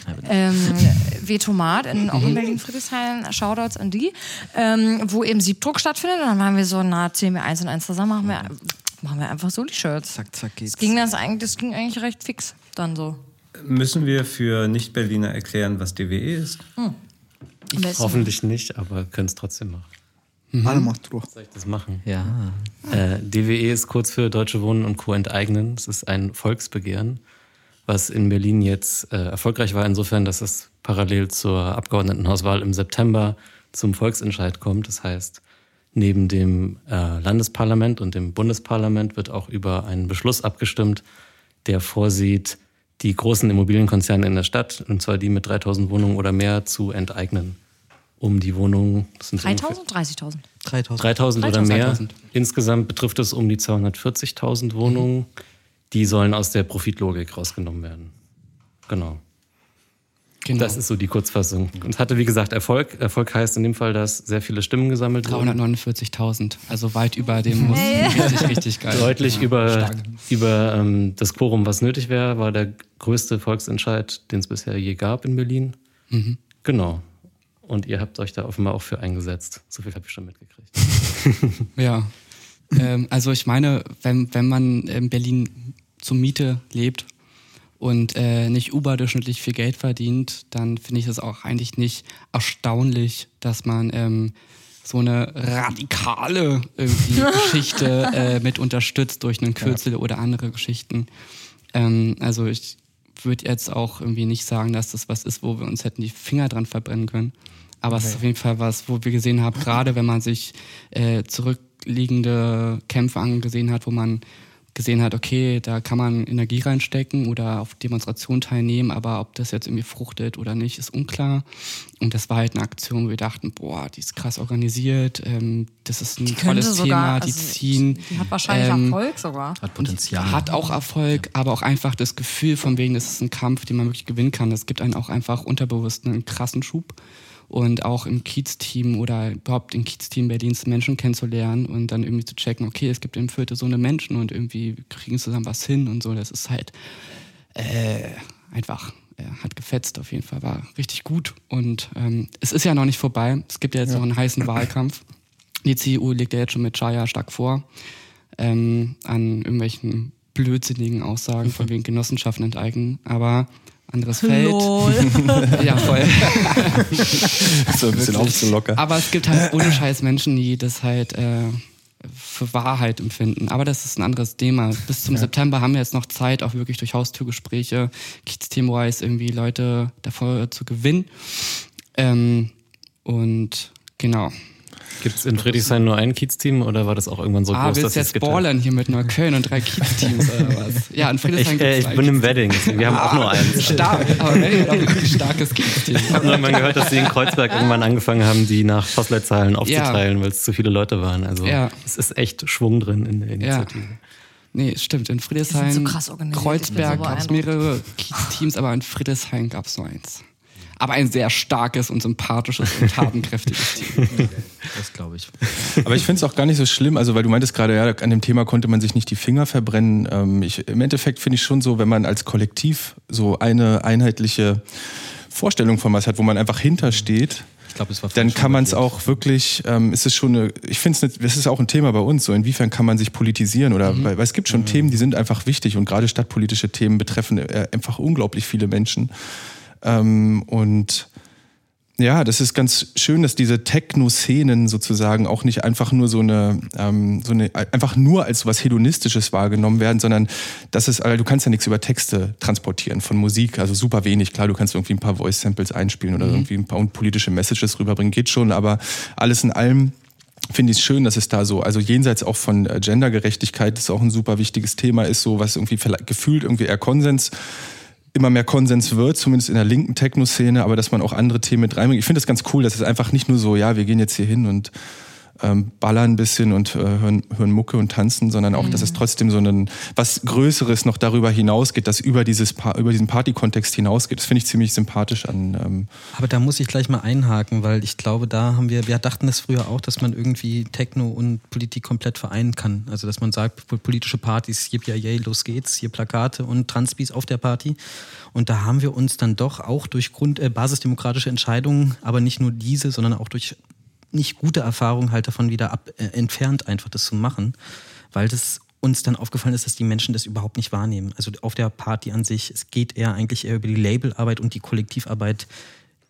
Vetomat, auch in Berlin-Friedrichshain, Shoutouts an die, wo eben Siebdruck stattfindet. Und dann waren wir so, ziehen wir 1 und 1 zusammen, machen wir einfach so die Shirts. Zack, geht's. Das ging eigentlich recht fix dann so. Müssen wir für Nicht-Berliner erklären, was DWE ist? Hoffentlich nicht, aber können es trotzdem machen. Alle macht durch. Soll ich das machen? Ja. DWE ist kurz für Deutsche Wohnen und Co. enteignen. Es ist ein Volksbegehren, was in Berlin jetzt erfolgreich war, insofern, dass es parallel zur Abgeordnetenhauswahl im September zum Volksentscheid kommt. Das heißt, neben dem Landesparlament und dem Bundesparlament wird auch über einen Beschluss abgestimmt, der vorsieht, die großen Immobilienkonzerne in der Stadt, und zwar die mit 3.000 Wohnungen oder mehr, zu enteignen. Um die Wohnungen... 3.000? 30.000? 3.000 oder mehr. 3.000. Insgesamt betrifft es um die 240.000 Wohnungen. Die sollen aus der Profitlogik rausgenommen werden. Genau. Das ist so die Kurzfassung. Und es hatte, wie gesagt, Erfolg. Erfolg heißt in dem Fall, dass sehr viele Stimmen gesammelt wurden. 349.000, also weit über dem Muss. Richtig, richtig geil. Deutlich über das Quorum, was nötig wäre, war der größte Volksentscheid, den es bisher je gab in Berlin. Mhm. Genau. Und ihr habt euch da offenbar auch für eingesetzt. So viel habe ich schon mitgekriegt. Ja. Also ich meine, wenn man in Berlin zur Miete lebt und nicht überdurchschnittlich viel Geld verdient, dann finde ich es auch eigentlich nicht erstaunlich, dass man so eine radikale Geschichte mit unterstützt durch einen Kürzel oder andere Geschichten. Also ich würde jetzt auch irgendwie nicht sagen, dass das was ist, wo wir uns hätten die Finger dran verbrennen können. Aber es ist auf jeden Fall was, wo wir gesehen haben, gerade wenn man sich zurückliegende Kämpfe angesehen hat, wo man gesehen hat, okay, da kann man Energie reinstecken oder auf Demonstrationen teilnehmen, aber ob das jetzt irgendwie fruchtet oder nicht, ist unklar. Und das war halt eine Aktion, wo wir dachten, boah, die ist krass organisiert, das ist ein tolles Thema, die ziehen. Die hat wahrscheinlich Erfolg sogar. Hat Potenzial. Hat auch Erfolg, aber auch einfach das Gefühl von wegen, das ist ein Kampf, den man wirklich gewinnen kann. Das gibt einen auch einfach unterbewusst einen krassen Schub. Und auch im Kiez-Team oder überhaupt im Kiez-Team Berlins Menschen kennenzulernen und dann irgendwie zu checken, okay, es gibt im Viertel so eine Menschen und irgendwie kriegen zusammen was hin und so. Das ist halt einfach, hat gefetzt auf jeden Fall, war richtig gut. Und es ist ja noch nicht vorbei. Es gibt ja jetzt noch einen heißen Wahlkampf. Die CDU legt ja jetzt schon mit Chaya stark vor, an irgendwelchen blödsinnigen Aussagen von wegen Genossenschaften enteignen. Aber anderes Feld. Ja, voll. So ein bisschen aufzulockern. Aber es gibt halt ohne Scheiß Menschen, die das halt für Wahrheit empfinden. Aber das ist ein anderes Thema. Bis zum September haben wir jetzt noch Zeit, auch wirklich durch Haustürgespräche, Kiez-Team-wise irgendwie Leute davor zu gewinnen. Und genau. Gibt es in Friedrichshain nur ein Kiez-Team oder war das auch irgendwann so groß, willst dass du es jetzt gibt? Ballern hier mit Neukölln und 3 Kiez-Teams oder was? Ja, in Friedrichshain Ich bin im Wedding, wir haben auch nur eins. Stark, aber Wedding hat auch ein richtig starkes Kiez-Team. Ich habe nur mal gehört, dass sie in Kreuzberg irgendwann angefangen haben, die nach Postleitzahlen aufzuteilen, weil es zu viele Leute waren. Also es ist echt Schwung drin in der Initiative. Ja. Nee, stimmt. In Friedrichshain, so krass organisiert. Kreuzberg So gab es mehrere Kiez-Teams, aber in Friedrichshain gab es nur eins. Aber ein sehr starkes und sympathisches und tatenkräftiges Team. Das glaube ich. Aber ich finde es auch gar nicht so schlimm, also weil du meintest gerade, ja, an dem Thema konnte man sich nicht die Finger verbrennen. Im Endeffekt finde ich schon so, wenn man als Kollektiv so eine einheitliche Vorstellung von was hat, wo man einfach hintersteht, Ich glaub, es war dann kann man es auch wirklich, ist es schon ich finde es ist auch ein Thema bei uns, so inwiefern kann man sich politisieren oder, weil es gibt schon Themen, die sind einfach wichtig und gerade stadtpolitische Themen betreffen einfach unglaublich viele Menschen. Und ja, das ist ganz schön, dass diese Techno-Szenen sozusagen auch nicht einfach nur einfach nur als was Hedonistisches wahrgenommen werden, sondern du kannst ja nichts über Texte transportieren von Musik, also super wenig. Klar, du kannst irgendwie ein paar Voice-Samples einspielen oder irgendwie ein paar politische Messages rüberbringen, geht schon, aber alles in allem finde ich es schön, dass es da so, also jenseits auch von Gendergerechtigkeit, das ist auch ein super wichtiges Thema ist, so was irgendwie gefühlt irgendwie eher immer mehr Konsens wird, zumindest in der linken Techno-Szene, aber dass man auch andere Themen mit reinbringt. Ich finde das ganz cool, dass es einfach nicht nur so, ja, wir gehen jetzt hier hin und ballern ein bisschen und hören Mucke und tanzen, sondern auch, dass es trotzdem so was Größeres noch darüber hinausgeht, das über diesen Party-Kontext hinausgeht. Das finde ich ziemlich sympathisch an. Aber da muss ich gleich mal einhaken, weil ich glaube, wir dachten das früher auch, dass man irgendwie Techno und Politik komplett vereinen kann. Also, dass man sagt, politische Partys, yippie, los geht's, hier Plakate und Transbis auf der Party. Und da haben wir uns dann doch auch durch basisdemokratische Entscheidungen, aber nicht nur diese, sondern auch durch nicht gute Erfahrung halt davon wieder entfernt, einfach das zu machen, weil das uns dann aufgefallen ist, dass die Menschen das überhaupt nicht wahrnehmen. Also auf der Party an sich, es geht eigentlich eher über die Labelarbeit und die Kollektivarbeit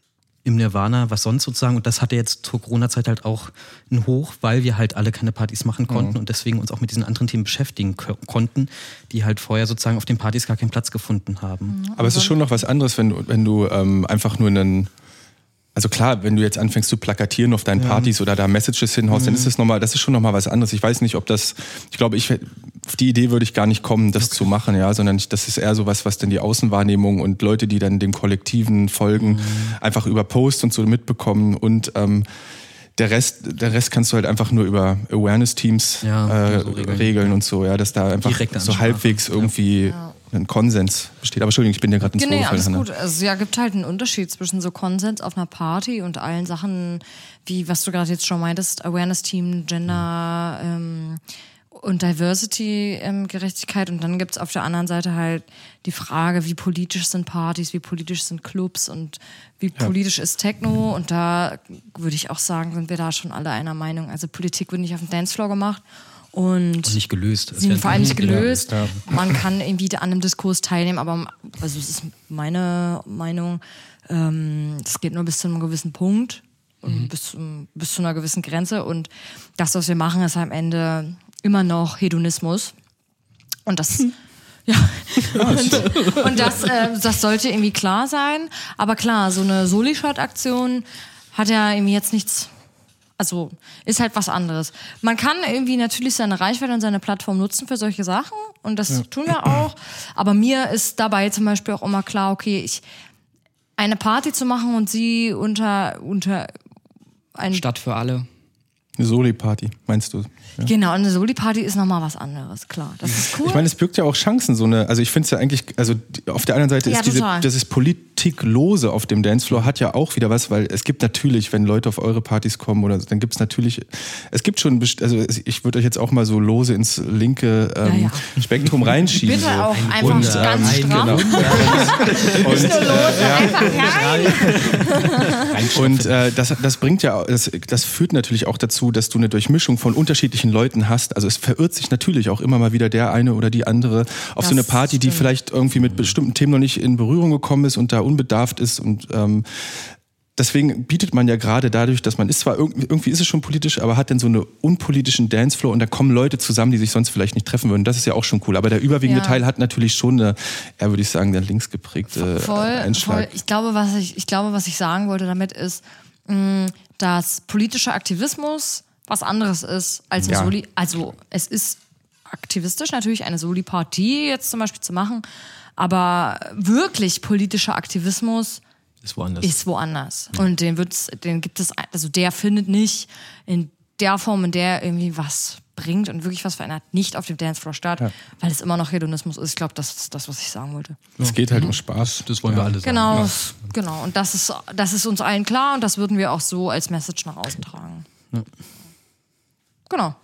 im Nirvana, was sonst sozusagen. Und das hatte jetzt zur Corona-Zeit halt auch ein Hoch, weil wir halt alle keine Partys machen konnten und deswegen uns auch mit diesen anderen Themen beschäftigen konnten, die halt vorher sozusagen auf den Partys gar keinen Platz gefunden haben. Aber es ist schon noch was anderes, wenn du einfach nur also klar, wenn du jetzt anfängst zu plakatieren auf deinen Partys oder da Messages hinhaust, dann ist das ist schon nochmal was anderes. Ich weiß nicht, ob das, auf die Idee würde ich gar nicht kommen, das zu machen, ja, sondern das ist eher so was dann die Außenwahrnehmung und Leute, die dann dem Kollektiven folgen, einfach über Posts und so mitbekommen und der Rest kannst du halt einfach nur über Awareness-Teams regeln und so, ja, dass da einfach so halbwegs irgendwie ein Konsens besteht. Aber Entschuldigung, ich bin ja gerade ins Wort gefallen. Alles gut. Also ja, gibt halt einen Unterschied zwischen so Konsens auf einer Party und allen Sachen, wie was du gerade jetzt schon meintest, Awareness-Team, Gender und Diversity, Gerechtigkeit. Und dann gibt's auf der anderen Seite halt die Frage, wie politisch sind Partys, wie politisch sind Clubs und wie politisch ist Techno. Und da würde ich auch sagen, sind wir da schon alle einer Meinung. Also Politik wird nicht auf dem Dancefloor gemacht. Und nicht gelöst. Sie sind vor allem nicht gelöst. Ja. Man kann irgendwie an einem Diskurs teilnehmen, aber also es ist meine Meinung, das geht nur bis zu einem gewissen Punkt und bis zu einer gewissen Grenze. Und das, was wir machen, ist am Ende immer noch Hedonismus. Und das und das sollte irgendwie klar sein. Aber klar, so eine Soli-Shot-Aktion hat ja irgendwie jetzt nichts. Also ist halt was anderes. Man kann irgendwie natürlich seine Reichweite und seine Plattform nutzen für solche Sachen und das tun wir auch. Aber mir ist dabei zum Beispiel auch immer klar, okay, eine Party zu machen und sie unter ein Stadt für alle. Eine Soli-Party, meinst du? Ja. Genau, eine Soli-Party ist nochmal was anderes, klar. Das ist cool. Ich meine, es birgt ja auch Chancen, also ich finde es ja eigentlich, also auf der anderen Seite ist dieses Politiklose auf dem Dancefloor hat ja auch wieder was, weil es gibt natürlich, wenn Leute auf eure Partys kommen oder so, dann gibt es natürlich, es gibt schon, also ich würde euch jetzt auch mal so lose ins linke Spektrum reinschieben. Bitte so. auch einfach ganz stramm. Genau. Und das bringt ja, das führt natürlich auch dazu, dass du eine Durchmischung von unterschiedlichen Leuten hast. Also es verirrt sich natürlich auch immer mal wieder der eine oder die andere auf so eine Party, die vielleicht irgendwie mit bestimmten Themen noch nicht in Berührung gekommen ist und da unbedarft ist und deswegen bietet man ja gerade dadurch, dass man ist zwar irgendwie ist es schon politisch, aber hat dann so einen unpolitischen Dancefloor und da kommen Leute zusammen, die sich sonst vielleicht nicht treffen würden. Das ist ja auch schon cool. Aber der überwiegende Teil hat natürlich schon würde ich sagen, der links geprägte Einschlag. Voll. Ich glaube, was ich sagen wollte damit ist, dass politischer Aktivismus was anderes ist als eine Soli. Also es ist aktivistisch natürlich eine Soli-Party jetzt zum Beispiel zu machen, aber wirklich politischer Aktivismus ist woanders. Und den gibt es, also der findet nicht in der Form, in der irgendwie was bringt und wirklich was verändert, nicht auf dem Dancefloor statt, weil es immer noch Hedonismus ist. Ich glaube, das ist das, was ich sagen wollte. Es geht halt um Spaß. Das wollen wir alle sagen. Genau. Und das ist uns allen klar und das würden wir auch so als Message nach außen tragen. Ja. Genau.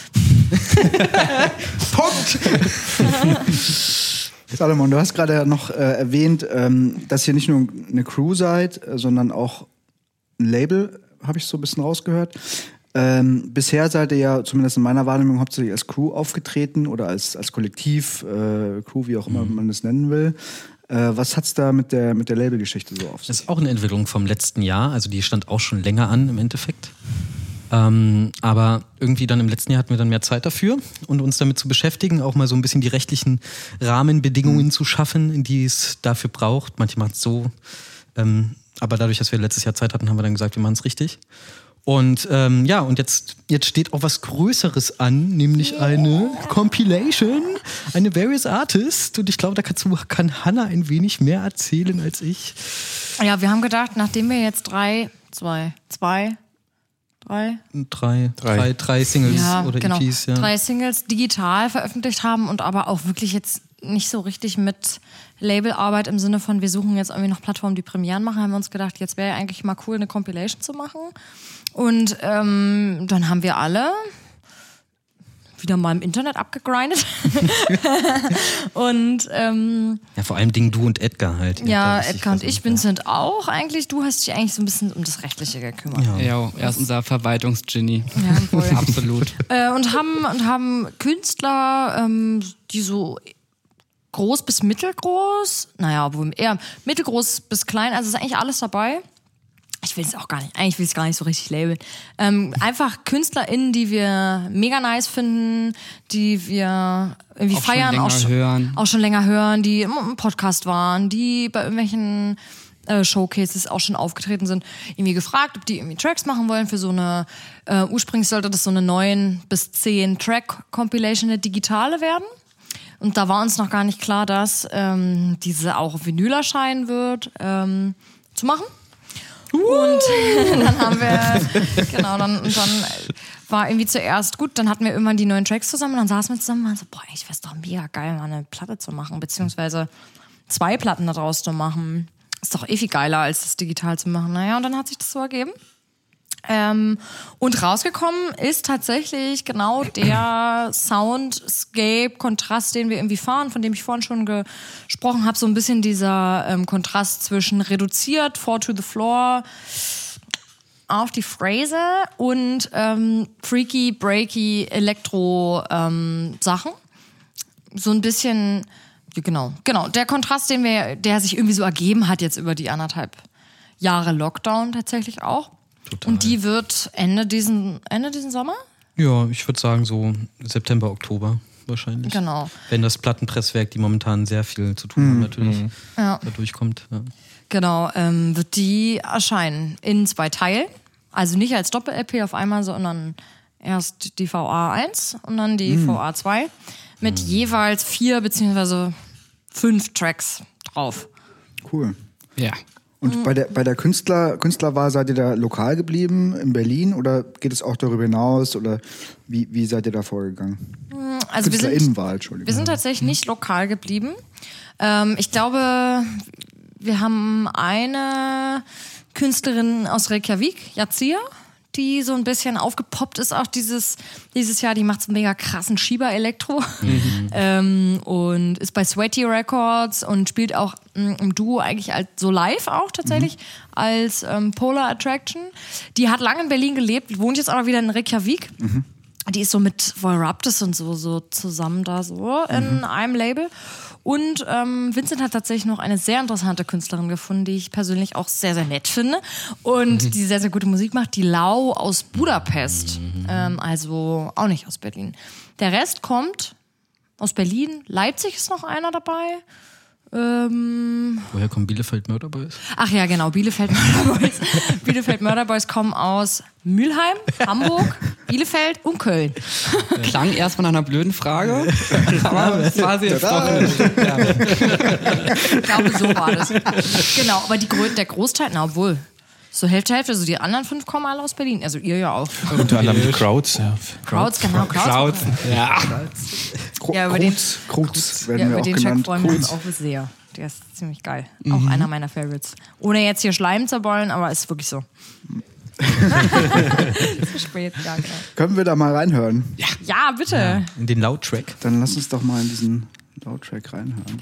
Punkt! Salomon, du hast gerade noch erwähnt, dass ihr nicht nur eine Crew seid, sondern auch ein Label, habe ich so ein bisschen rausgehört. Bisher seid ihr ja, zumindest in meiner Wahrnehmung, hauptsächlich als Crew aufgetreten oder als Kollektiv, Crew, wie auch immer man das nennen will. Was hat's da mit der Labelgeschichte so auf sich? Das ist auch eine Entwicklung vom letzten Jahr, also die stand auch schon länger an im Endeffekt. Aber irgendwie dann im letzten Jahr hatten wir dann mehr Zeit dafür und uns damit zu beschäftigen, auch mal so ein bisschen die rechtlichen Rahmenbedingungen zu schaffen, die es dafür braucht. Manche machen es so, aber dadurch, dass wir letztes Jahr Zeit hatten, haben wir dann gesagt, wir machen es richtig. Und und jetzt steht auch was Größeres an, nämlich eine Compilation, eine Various Artist. Und ich glaube, da kann Hannah ein wenig mehr erzählen als ich. Ja, wir haben gedacht, nachdem wir jetzt drei Singles oder EPs. Ja. 3 Singles digital veröffentlicht haben und aber auch wirklich jetzt nicht so richtig mit Labelarbeit im Sinne von, wir suchen jetzt irgendwie noch Plattformen, die Premieren machen, haben wir uns gedacht, jetzt wäre ja eigentlich mal cool, eine Compilation zu machen. Und dann haben wir alle wieder mal im Internet abgegrindet. Und vor allem Dingen du und Edgar halt. Ja, Edgar und ich, Vincent auch eigentlich. Du hast dich eigentlich so ein bisschen um das Rechtliche gekümmert. Ja, er ist unser Verwaltungsgenie. Ja, voll. Absolut. Und haben Künstler, die so groß bis mittelgroß, naja, obwohl eher mittelgroß bis klein, also ist eigentlich alles dabei. ich will es auch gar nicht, eigentlich will ich es gar nicht so richtig labeln. Einfach KünstlerInnen, die wir mega nice finden, die wir irgendwie auch feiern, auch schon länger hören, die im Podcast waren, die bei irgendwelchen Showcases auch schon aufgetreten sind, irgendwie gefragt, ob die irgendwie Tracks machen wollen für so eine, ursprünglich sollte das so eine 9 bis 10 Track-Compilation, eine digitale werden. Und da war uns noch gar nicht klar, dass diese auch auf Vinyl erscheinen wird, zu machen. Und dann haben wir, genau, dann war irgendwie zuerst gut, dann hatten wir irgendwann die neuen Tracks zusammen und dann saßen wir zusammen und waren so, boah, ich weiß doch mega geil, mal eine Platte zu machen, beziehungsweise 2 Platten daraus zu machen. Ist doch viel geiler, als das digital zu machen. Naja, und dann hat sich das so ergeben. Und rausgekommen ist tatsächlich genau der Soundscape-Kontrast, den wir irgendwie fahren, von dem ich vorhin schon gesprochen habe. So ein bisschen dieser Kontrast zwischen reduziert, 4 to the floor, auf die Phrase und freaky, breaky, Elektro-Sachen. So ein bisschen, genau. Der Kontrast, der sich irgendwie so ergeben hat jetzt über die 1,5 Jahre Lockdown tatsächlich auch. Total. Und die wird Ende diesen Sommer? Ja, ich würde sagen so September, Oktober wahrscheinlich. Genau. Wenn das Plattenpresswerk, die momentan sehr viel zu tun haben, natürlich da durchkommt. Ja. Genau, wird die erscheinen in 2 Teilen. Also nicht als Doppel-LP auf einmal, sondern erst die VA1 und dann die VA2 mit jeweils 4 bzw. 5 Tracks drauf. Cool. Ja. Und bei der Künstlerwahl seid ihr da lokal geblieben in Berlin oder geht es auch darüber hinaus oder wie seid ihr da vorgegangen? Also KünstlerInnenwahl, Entschuldigung. Wir sind tatsächlich nicht lokal geblieben. Ich glaube, wir haben eine Künstlerin aus Reykjavik, Yazia, die so ein bisschen aufgepoppt ist, auch dieses Jahr, die macht so mega krassen Schieber-Elektro und ist bei Sweaty Records und spielt auch im Duo eigentlich als, so live auch tatsächlich als Polar Attraction. Die hat lange in Berlin gelebt, wohnt jetzt aber wieder in Reykjavik. Die ist so mit Volruptus und so zusammen da so in einem Label. Und Vincent hat tatsächlich noch eine sehr interessante Künstlerin gefunden, die ich persönlich auch sehr, sehr nett finde und die sehr, sehr gute Musik macht, die Lau aus Budapest, also auch nicht aus Berlin. Der Rest kommt aus Berlin, Leipzig ist noch einer dabei. Woher kommen Bielefeld Murderboys? Ach ja, genau, Bielefeld Murderboys. Bielefeld Murderboys kommen aus Mülheim, Hamburg, Bielefeld und Köln. Klang erstmal nach einer blöden Frage, aber das war sie jetzt doch nicht. Ja. Ich glaube, so war das. Genau, aber der Großteil, na obwohl, so Hälfte, also die anderen 5 kommen alle aus Berlin. Also ihr ja auch. Unter anderem die Crowds. Ja. Crowds, genau. Crowds. Ja. Über den Kruz werden wir auch Track genannt. freuen wir uns auch sehr. Der ist ziemlich geil. Auch einer meiner Favorites. Ohne jetzt hier Schleim zu wollen, aber ist wirklich so. Zu spät, ja, genau. Können wir da mal reinhören? Ja, bitte. Ja. In den Loud-Track. Dann lass uns doch mal in diesen Loud-Track reinhören.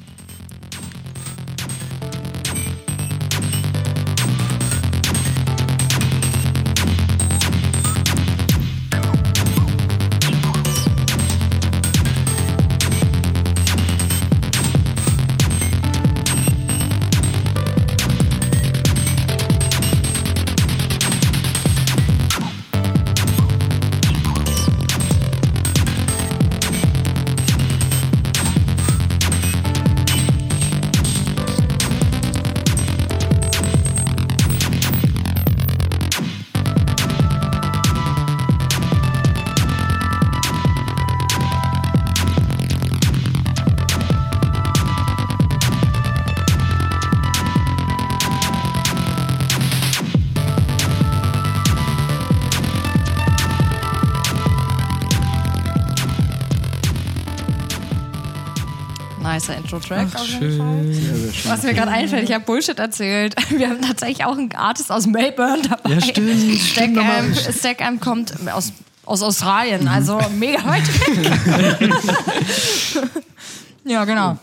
Nicer Intro-Track. Ach, schön. Sehr, sehr schön. Was mir gerade einfällt, ich habe Bullshit erzählt. Wir haben tatsächlich auch einen Artist aus Melbourne dabei. Ja, stimmt. Stackam kommt aus Australien, also mega weit weg. Ja, genau.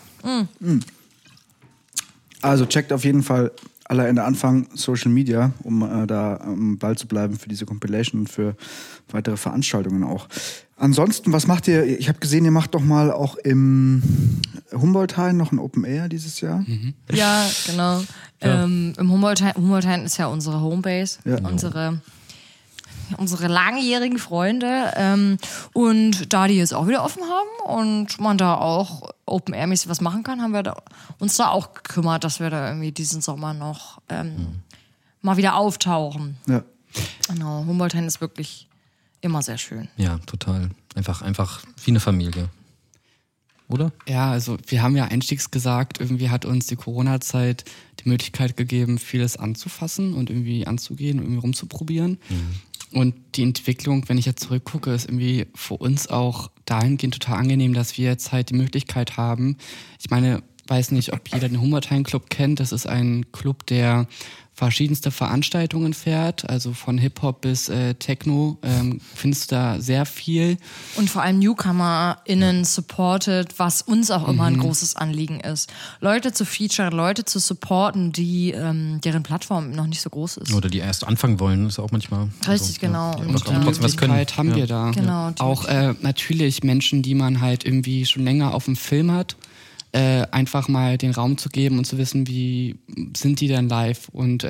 Also checkt auf jeden Fall aller Ende Anfang Social Media, um da am Ball zu bleiben für diese Compilation und für weitere Veranstaltungen auch. Ansonsten, was macht ihr? Ich habe gesehen, ihr macht doch mal auch im Humboldt-Hain noch ein Open Air dieses Jahr. Ja, genau. Im Humboldthain ist ja unsere Homebase, Ja. unsere langjährigen Freunde. Und da die jetzt auch wieder offen haben und man da auch Open-Air-mäßig was machen kann, haben wir uns da auch gekümmert, dass wir da irgendwie diesen Sommer noch mal wieder auftauchen. Ja. Genau, Humboldthain ist wirklich immer sehr schön. Ja, total. Einfach wie eine Familie. Oder? Ja, also wir haben ja einstiegs gesagt, irgendwie hat uns die Corona-Zeit die Möglichkeit gegeben, vieles anzufassen und irgendwie anzugehen und irgendwie rumzuprobieren. Und die Entwicklung, wenn ich jetzt zurückgucke, ist irgendwie für uns auch dahingehend total angenehm, dass wir jetzt halt die Möglichkeit haben. Ich meine, weiß nicht, ob jeder den Humboldthain-Club kennt. Das ist ein Club, der verschiedenste Veranstaltungen fährt, also von Hip-Hop bis Techno, findest du da sehr viel. Und vor allem NewcomerInnen supportet, was uns auch immer ein großes Anliegen ist. Leute zu featuren, Leute zu supporten, die deren Plattform noch nicht so groß ist. Oder die erst anfangen wollen, ist auch manchmal. Richtig, genau. Ja, Und, trotzdem was können. Möglichkeit haben wir da. Genau, die Auch natürlich Menschen, die man halt irgendwie schon länger auf dem Film hat, einfach mal den Raum zu geben und zu wissen, wie sind die denn live. Und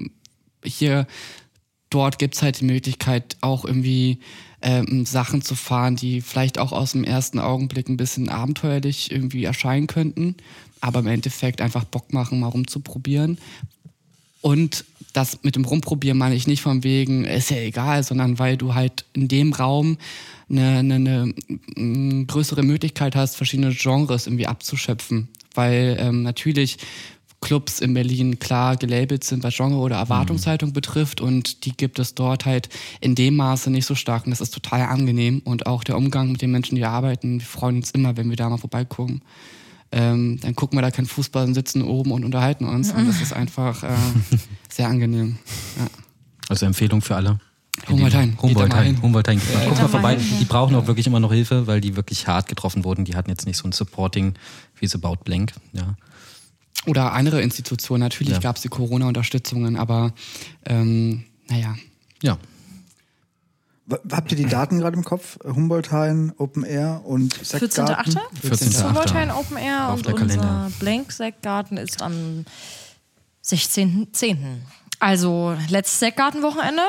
dort gibt es halt die Möglichkeit, auch irgendwie Sachen zu fahren, die vielleicht auch aus dem ersten Augenblick ein bisschen abenteuerlich irgendwie erscheinen könnten, aber im Endeffekt einfach Bock machen, mal rumzuprobieren. Und das mit dem Rumprobieren meine ich nicht von wegen, ist ja egal, sondern weil du halt in dem Raum eine größere Möglichkeit hast, verschiedene Genres irgendwie abzuschöpfen. Weil natürlich Clubs in Berlin klar gelabelt sind, was Genre oder Erwartungshaltung betrifft, und die gibt es dort halt in dem Maße nicht so stark, und das ist total angenehm. Und auch der Umgang mit den Menschen, die arbeiten, wir freuen uns immer, wenn wir da mal vorbeigucken. Dann gucken wir da keinen Fußball und sitzen oben und unterhalten uns, und das ist einfach sehr angenehm. Ja. Also Empfehlung für alle. Humboldthain. Guck mal vorbei. Die brauchen auch wirklich immer noch Hilfe, weil die wirklich hart getroffen wurden. Die hatten jetzt nicht so ein Supporting wie es About Blank. Ja. Oder andere Institutionen. Natürlich gab es die Corona-Unterstützungen, aber naja. Ja. Habt ihr die Daten gerade im Kopf? Humboldthain, Open Air und Sektgarten? 14.8. Humboldthain Open Air auf und der Kalender. unser Blank Sektgarten ist am 16.10. Also letztes Sektgartenwochenende.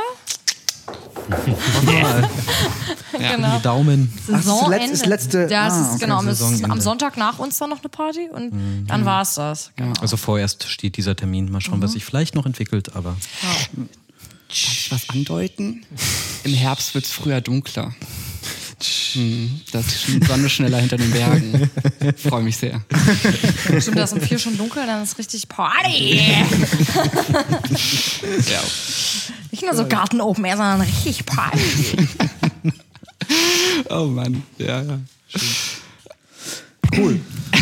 Genau. Die Daumen. Saisonende. Das letzte. Das ist genau Saisonende. am Sonntag nach uns dann noch eine Party und dann war es das. Genau. Also vorerst steht dieser Termin. Mal schauen, was sich vielleicht noch entwickelt, aber. Ja. Darf ich was andeuten? Im Herbst wird es früher dunkler. Das ist die Sonne schneller hinter den Bergen. Freue mich sehr. Stimmt, das um 4 schon dunkel, dann ist richtig Party. Ja. Nicht nur so Garten Open Air, sondern richtig Party. Oh Mann, ja. Schön. Cool.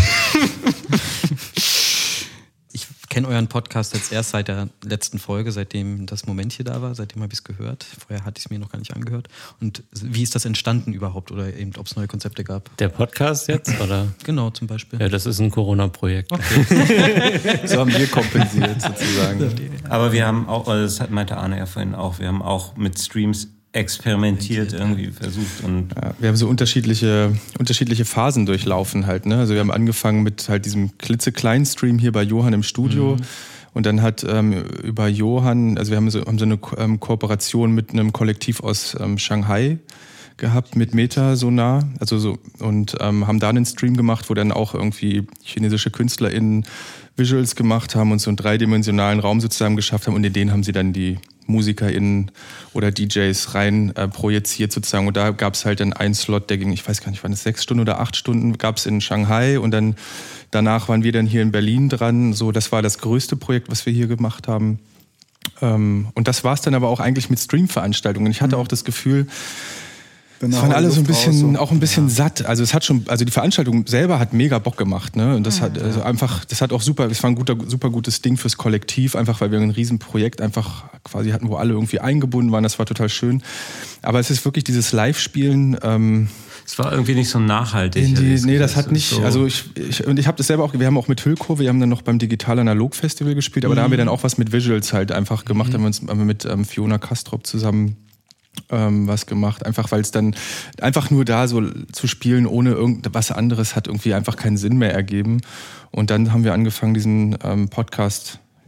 Ich kenne euren Podcast jetzt erst seit der letzten Folge, seitdem das Moment hier da war. Seitdem habe ich es gehört. Vorher hatte ich es mir noch gar nicht angehört. Und wie ist das entstanden überhaupt? Oder eben, ob es neue Konzepte gab? Der Podcast jetzt, oder? Genau, zum Beispiel. Ja, das ist ein Corona-Projekt. Okay. So haben wir kompensiert sozusagen. Aber wir haben auch, das meinte Arne ja vorhin auch, wir haben auch mit Streams experimentiert, irgendwie versucht. Und Ja, wir haben so unterschiedliche Phasen durchlaufen halt, ne? Also wir haben angefangen mit halt diesem klitzekleinen Stream hier bei Johann im Studio. Und dann hat über Johann, also wir haben so eine Kooperation mit einem Kollektiv aus Shanghai gehabt, mit Metasonar, also so, und haben da einen Stream gemacht, wo dann auch irgendwie chinesische KünstlerInnen Visuals gemacht haben und so einen dreidimensionalen Raum sozusagen geschafft haben, und in den haben sie dann die MusikerInnen oder DJs rein projiziert sozusagen, und da gab es halt dann einen Slot, der ging, ich weiß gar nicht, waren es 6 Stunden oder 8 Stunden, gab es in Shanghai, und dann danach waren wir dann hier in Berlin dran, so, das war das größte Projekt, was wir hier gemacht haben, und das war es dann aber auch eigentlich mit Stream-Veranstaltungen. Ich hatte auch das Gefühl, es waren alle so ein bisschen, auch ein bisschen satt. Also es hat schon, also die Veranstaltung selber hat mega Bock gemacht, ne? Und das hat also einfach, das hat auch super, es war ein super gutes Ding fürs Kollektiv, einfach weil wir ein Riesenprojekt einfach quasi hatten, wo alle irgendwie eingebunden waren. Das war total schön. Aber es ist wirklich dieses Live-Spielen. es war irgendwie nicht so nachhaltig. Nee, das hat nicht, so. also ich habe das selber auch, wir haben auch mit Hüllkurve, wir haben dann noch beim Digital-Analog-Festival gespielt, aber da haben wir dann auch was mit Visuals halt einfach gemacht, haben wir mit Fiona Kastrop zusammen was gemacht, einfach weil es dann einfach nur da so zu spielen ohne irgendwas anderes hat irgendwie einfach keinen Sinn mehr ergeben, und dann haben wir angefangen, diesen Podcast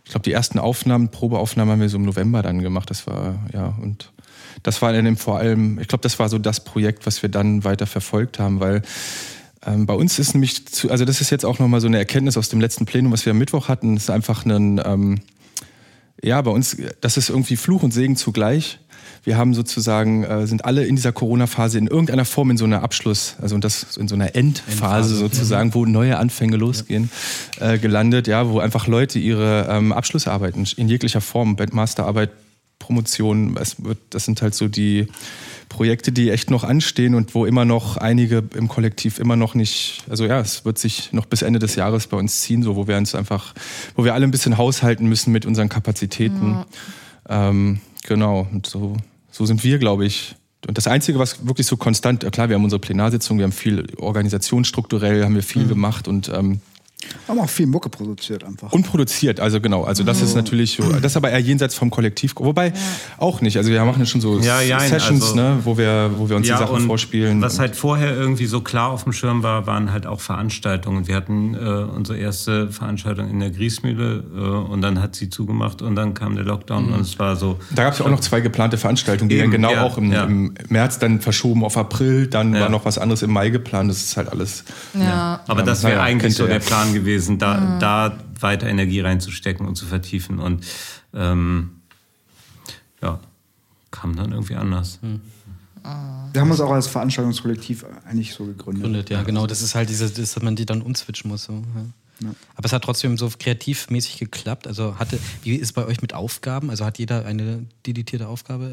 ich glaube, die ersten Probeaufnahmen haben wir so im November dann gemacht. Das war, und das war dann vor allem, ich glaube, das war so das Projekt, was wir dann weiter verfolgt haben, weil bei uns ist nämlich, also das ist jetzt auch nochmal so eine Erkenntnis aus dem letzten Plenum, was wir am Mittwoch hatten, das ist einfach bei uns, das ist irgendwie Fluch und Segen zugleich. Wir haben sozusagen, sind alle in dieser Corona-Phase in irgendeiner Form in so einer also das in so einer Endphase sozusagen, wo neue Anfänge losgehen, gelandet, wo einfach Leute ihre Abschlussarbeiten in jeglicher Form, Masterarbeit, Promotion, das sind halt so die Projekte, die echt noch anstehen und wo immer noch einige im Kollektiv immer noch nicht, es wird sich noch bis Ende des Jahres bei uns ziehen, so wo wir alle ein bisschen haushalten müssen mit unseren Kapazitäten. Genau, und so sind wir, glaube ich. Und das Einzige, was wirklich so konstant, klar, wir haben unsere Plenarsitzung, wir haben viel organisationsstrukturell, haben wir viel gemacht und haben auch viel Mucke produziert einfach. Und produziert, also genau. Also das ist natürlich so, das ist aber eher jenseits vom Kollektiv. Wobei auch nicht. Also wir machen ja schon so Sessions, wo wir uns die Sachen vorspielen. Was halt vorher irgendwie so klar auf dem Schirm war, waren halt auch Veranstaltungen. Wir hatten unsere erste Veranstaltung in der Griesmühle und dann hat sie zugemacht und dann kam der Lockdown und es war so. Da gab es ja auch noch 2 geplante Veranstaltungen, die dann auch im März dann verschoben auf April. Dann war noch was anderes im Mai geplant. Das ist halt alles. Ja. Aber das wäre eigentlich so der Plan gewesen, da weiter Energie reinzustecken und zu vertiefen. Und kam dann irgendwie anders. Wir haben uns auch als Veranstaltungskollektiv eigentlich so gegründet. Ja, genau. Das ist halt dass man die dann umswitchen muss. So. Ja. Aber es hat trotzdem so kreativmäßig geklappt. Also wie ist es bei euch mit Aufgaben? Also hat jeder eine dedizierte Aufgabe?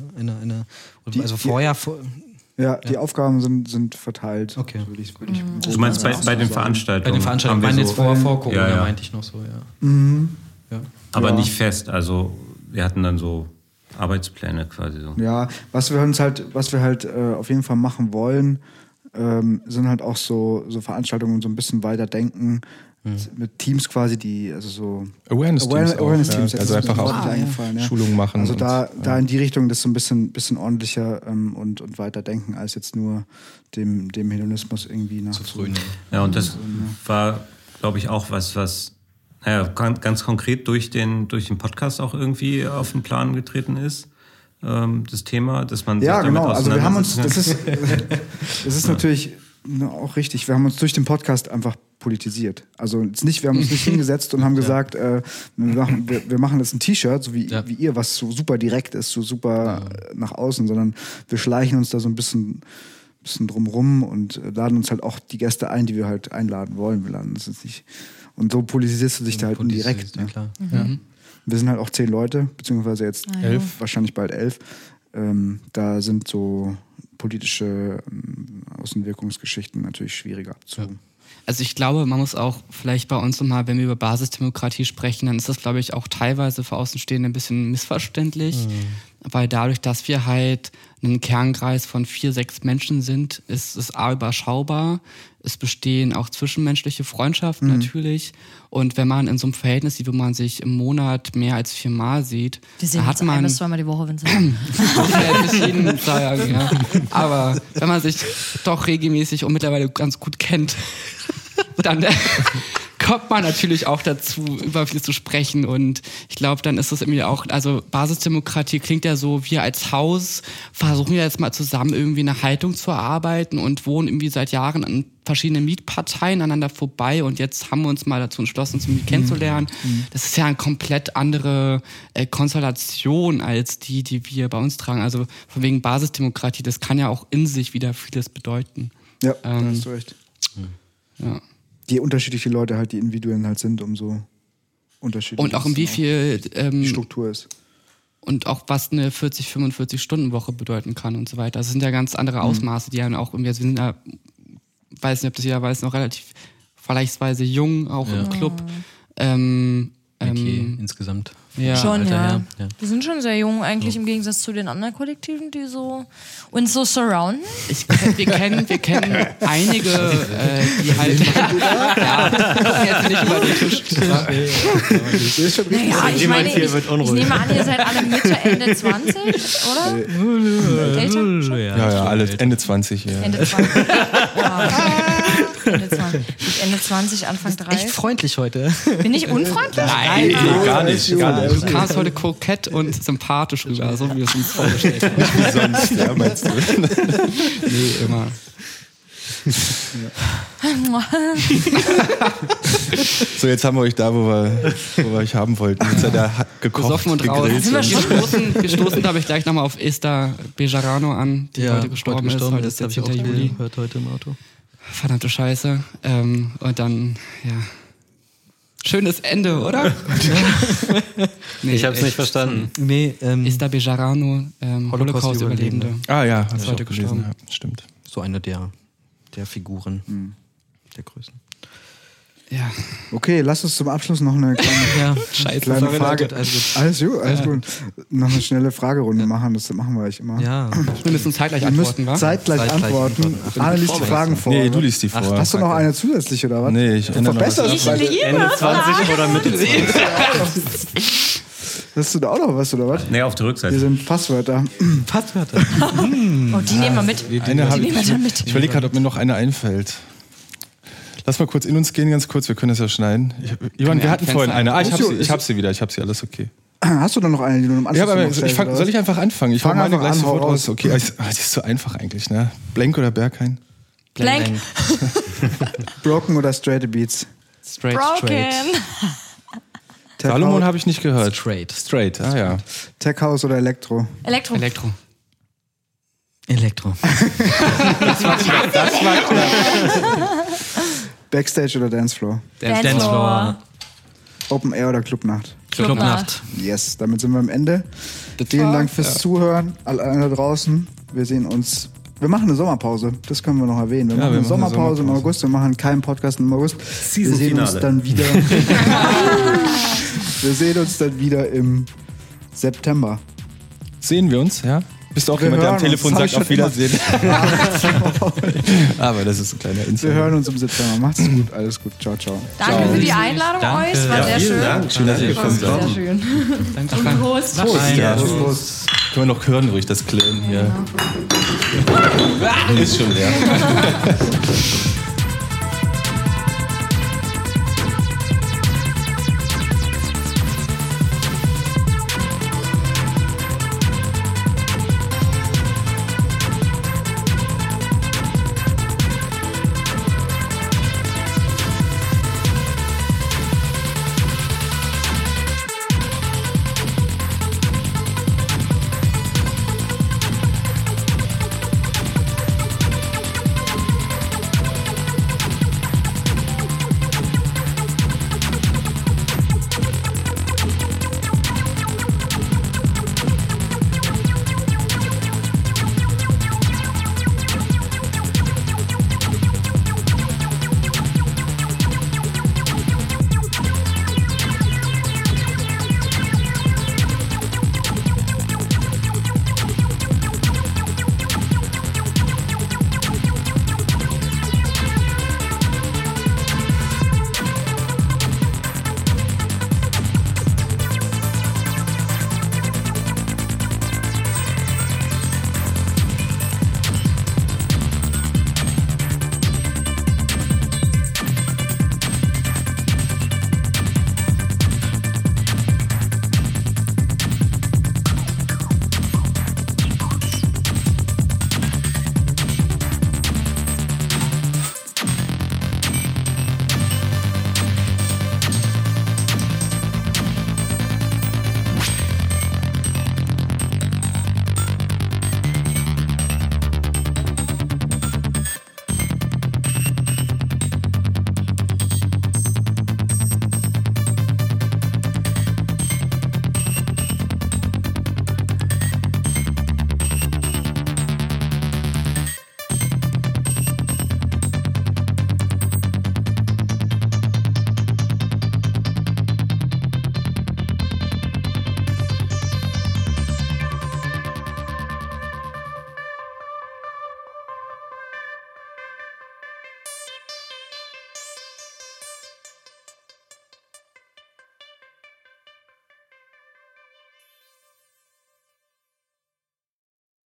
Die Aufgaben sind verteilt. Okay. Du meinst bei den Veranstaltungen? Bei den Veranstaltungen. Ich meine jetzt vor Corona, meinte ich noch so, Aber nicht fest. Also wir hatten dann so Arbeitspläne quasi so. Ja, was wir halt auf jeden Fall machen wollen, sind halt auch so Veranstaltungen, so ein bisschen weiter denken. Mit Teams quasi, die, also so Awareness-Teams. Ja, also einfach auch Schulungen machen. Also da in die Richtung das so ein bisschen ordentlicher und weiter denken, als jetzt nur dem Hedonismus irgendwie nachzufrönen. Ja, und das war, glaube ich, auch was ganz konkret durch den Podcast auch irgendwie auf den Plan getreten ist. Das Thema, dass man sich damit also wir haben uns, das ist natürlich auch richtig, wir haben uns durch den Podcast einfach politisiert. Also wir haben uns nicht hingesetzt und haben gesagt, wir machen jetzt ein T-Shirt, so wie ihr, was so super direkt ist, so super nach außen, sondern wir schleichen uns da so ein bisschen drumrum und laden uns halt auch die Gäste ein, die wir halt einladen wollen. Wir laden uns jetzt nicht. Und so politisierst du dich da halt indirekt. Ne? Klar. Wir sind halt auch 10 Leute, beziehungsweise jetzt 11, wahrscheinlich bald 11. Da sind so politische Außenwirkungsgeschichten natürlich schwieriger abzuholen. Also ich glaube, man muss auch vielleicht bei uns nochmal, wenn wir über Basisdemokratie sprechen, dann ist das, glaube ich, auch teilweise für Außenstehende ein bisschen missverständlich, weil dadurch, dass wir halt einen Kernkreis von 4, 6 Menschen sind, ist es überschaubar. Es bestehen auch zwischenmenschliche Freundschaften natürlich. Und wenn man in so einem Verhältnis sieht, wo man sich im Monat mehr als 4 Mal sieht, wir sehen hat man 1- bis 2-mal die Woche, wenn es Aber wenn man sich doch regelmäßig und mittlerweile ganz gut kennt, dann kommt man natürlich auch dazu, über viel zu sprechen. Und ich glaube, dann ist das irgendwie auch, also Basisdemokratie klingt ja so, wir als Haus versuchen ja jetzt mal zusammen irgendwie eine Haltung zu erarbeiten und wohnen irgendwie seit Jahren an verschiedenen Mietparteien aneinander vorbei und jetzt haben wir uns mal dazu entschlossen, uns irgendwie kennenzulernen. Das ist ja eine komplett andere Konstellation als die wir bei uns tragen. Also von wegen Basisdemokratie, das kann ja auch in sich wieder vieles bedeuten. Ja, da hast du recht. Ja. Die unterschiedliche Leute halt, die Individuen halt sind, umso unterschiedlicher. Und auch in wie viel die Struktur ist. Und auch was eine 40-45-Stunden-Woche bedeuten kann und so weiter. Das sind ja ganz andere Ausmaße, die ja auch irgendwie, also wir sind ja, weiß nicht, ob das jeder weiß, noch relativ vergleichsweise jung, auch im Club. Okay, insgesamt. Ja. Schon, ja. Wir sind schon sehr jung, eigentlich im Gegensatz zu den anderen Kollektiven, die so uns so surrounden. Wir kennen einige, die halt jetzt nicht über den Tisch. Ich nehme an, ihr seid alle Mitte, Ende 20, oder? Älter schon? Ja, alle Ende 20. Ja. Ende 20. Ende 20, Anfang 30. Echt freundlich heute. Bin ich unfreundlich? Nein, gar nicht. Du kamst heute kokett und sympathisch rüber, so wie wir es uns vorgestellt haben. Nicht wie sonst, ja, meinst du? Nee, immer. So, jetzt haben wir euch da, wo wir euch haben wollten. Jetzt seid ihr gekocht, Besoffen und raus. gegrillt. Gestoßen habe ich gleich nochmal auf Esther Bejarano an, die heute gestorben ist. Heute ist der 10. Juli. Hört heute im Auto. Verdammte Scheiße. Und dann, ja. Schönes Ende, oder? Nee, ich habe es nicht verstanden. Nee, Esther Bejarano, Holocaust-Überlebende. Ah ja, ist heute gestorben. Ja, stimmt. so eine der Figuren, der Größen. Ja. Okay, lass uns zum Abschluss noch eine kleine Frage. Alles gut. Noch eine schnelle Fragerunde machen, das machen wir eigentlich immer. Ja. Wir müssen zeitgleich antworten, wa? Zeitgleich antworten. Anne liest die Fragen vor. Nee, du liest die vor. Hast du noch eine zusätzlich oder was? Nee, ich ändere noch was. Ich liebe Ende 20 oder Mitte 20? Hast du da auch noch was oder was? Nee, auf der Hier Rückseite. sind Passwörter. Oh, die nehmen wir mit. Eine habe nehmen wir dann mit. ich überlege gerade, ob mir noch eine einfällt. Lass mal kurz in uns gehen, ganz kurz. Wir können das ja schneiden. Johann, wir hatten vorhin eine. Ich hab sie wieder. Ich hab sie, alles okay. Hast du da noch eine, die du im Anschluss Ja, aber noch stellst, oder was? soll ich einfach anfangen? Ich Fang fange meine einfach gleich an, sofort hau raus. aus. Okay, die ist so einfach eigentlich, ne? Blank oder Berghain? Blank. Broken oder Straight Beats? Straight. Tech Salomon House, habe ich nicht gehört. Straight. Ah ja. Tech House oder Elektro? Elektro. Das war klar. Backstage oder Dancefloor? Dancefloor. Open Air oder Clubnacht? Clubnacht. Yes, damit sind wir am Ende. Vielen Dank fürs Zuhören, alle da draußen. Wir machen eine Sommerpause, das können wir noch erwähnen. Wir machen eine Sommerpause im August, wir machen keinen Podcast im August. Wir sehen uns dann wieder. Wir sehen uns dann wieder im September. Sehen wir uns, ja? Bist du auch Wir jemand, der am hören Telefon uns. sagt, Hab auf ich schon Wiedersehen? Aber das ist ein kleiner Wir Insider. hören uns im September. Macht's gut, alles gut. Ciao, ciao. Danke für die Einladung euch, es war sehr schön. Dank. Schön, dass ihr gekommen seid. Sehr schön. Und Prost. Ja. Können wir noch hören durch das Klären hier. Ist schon leer.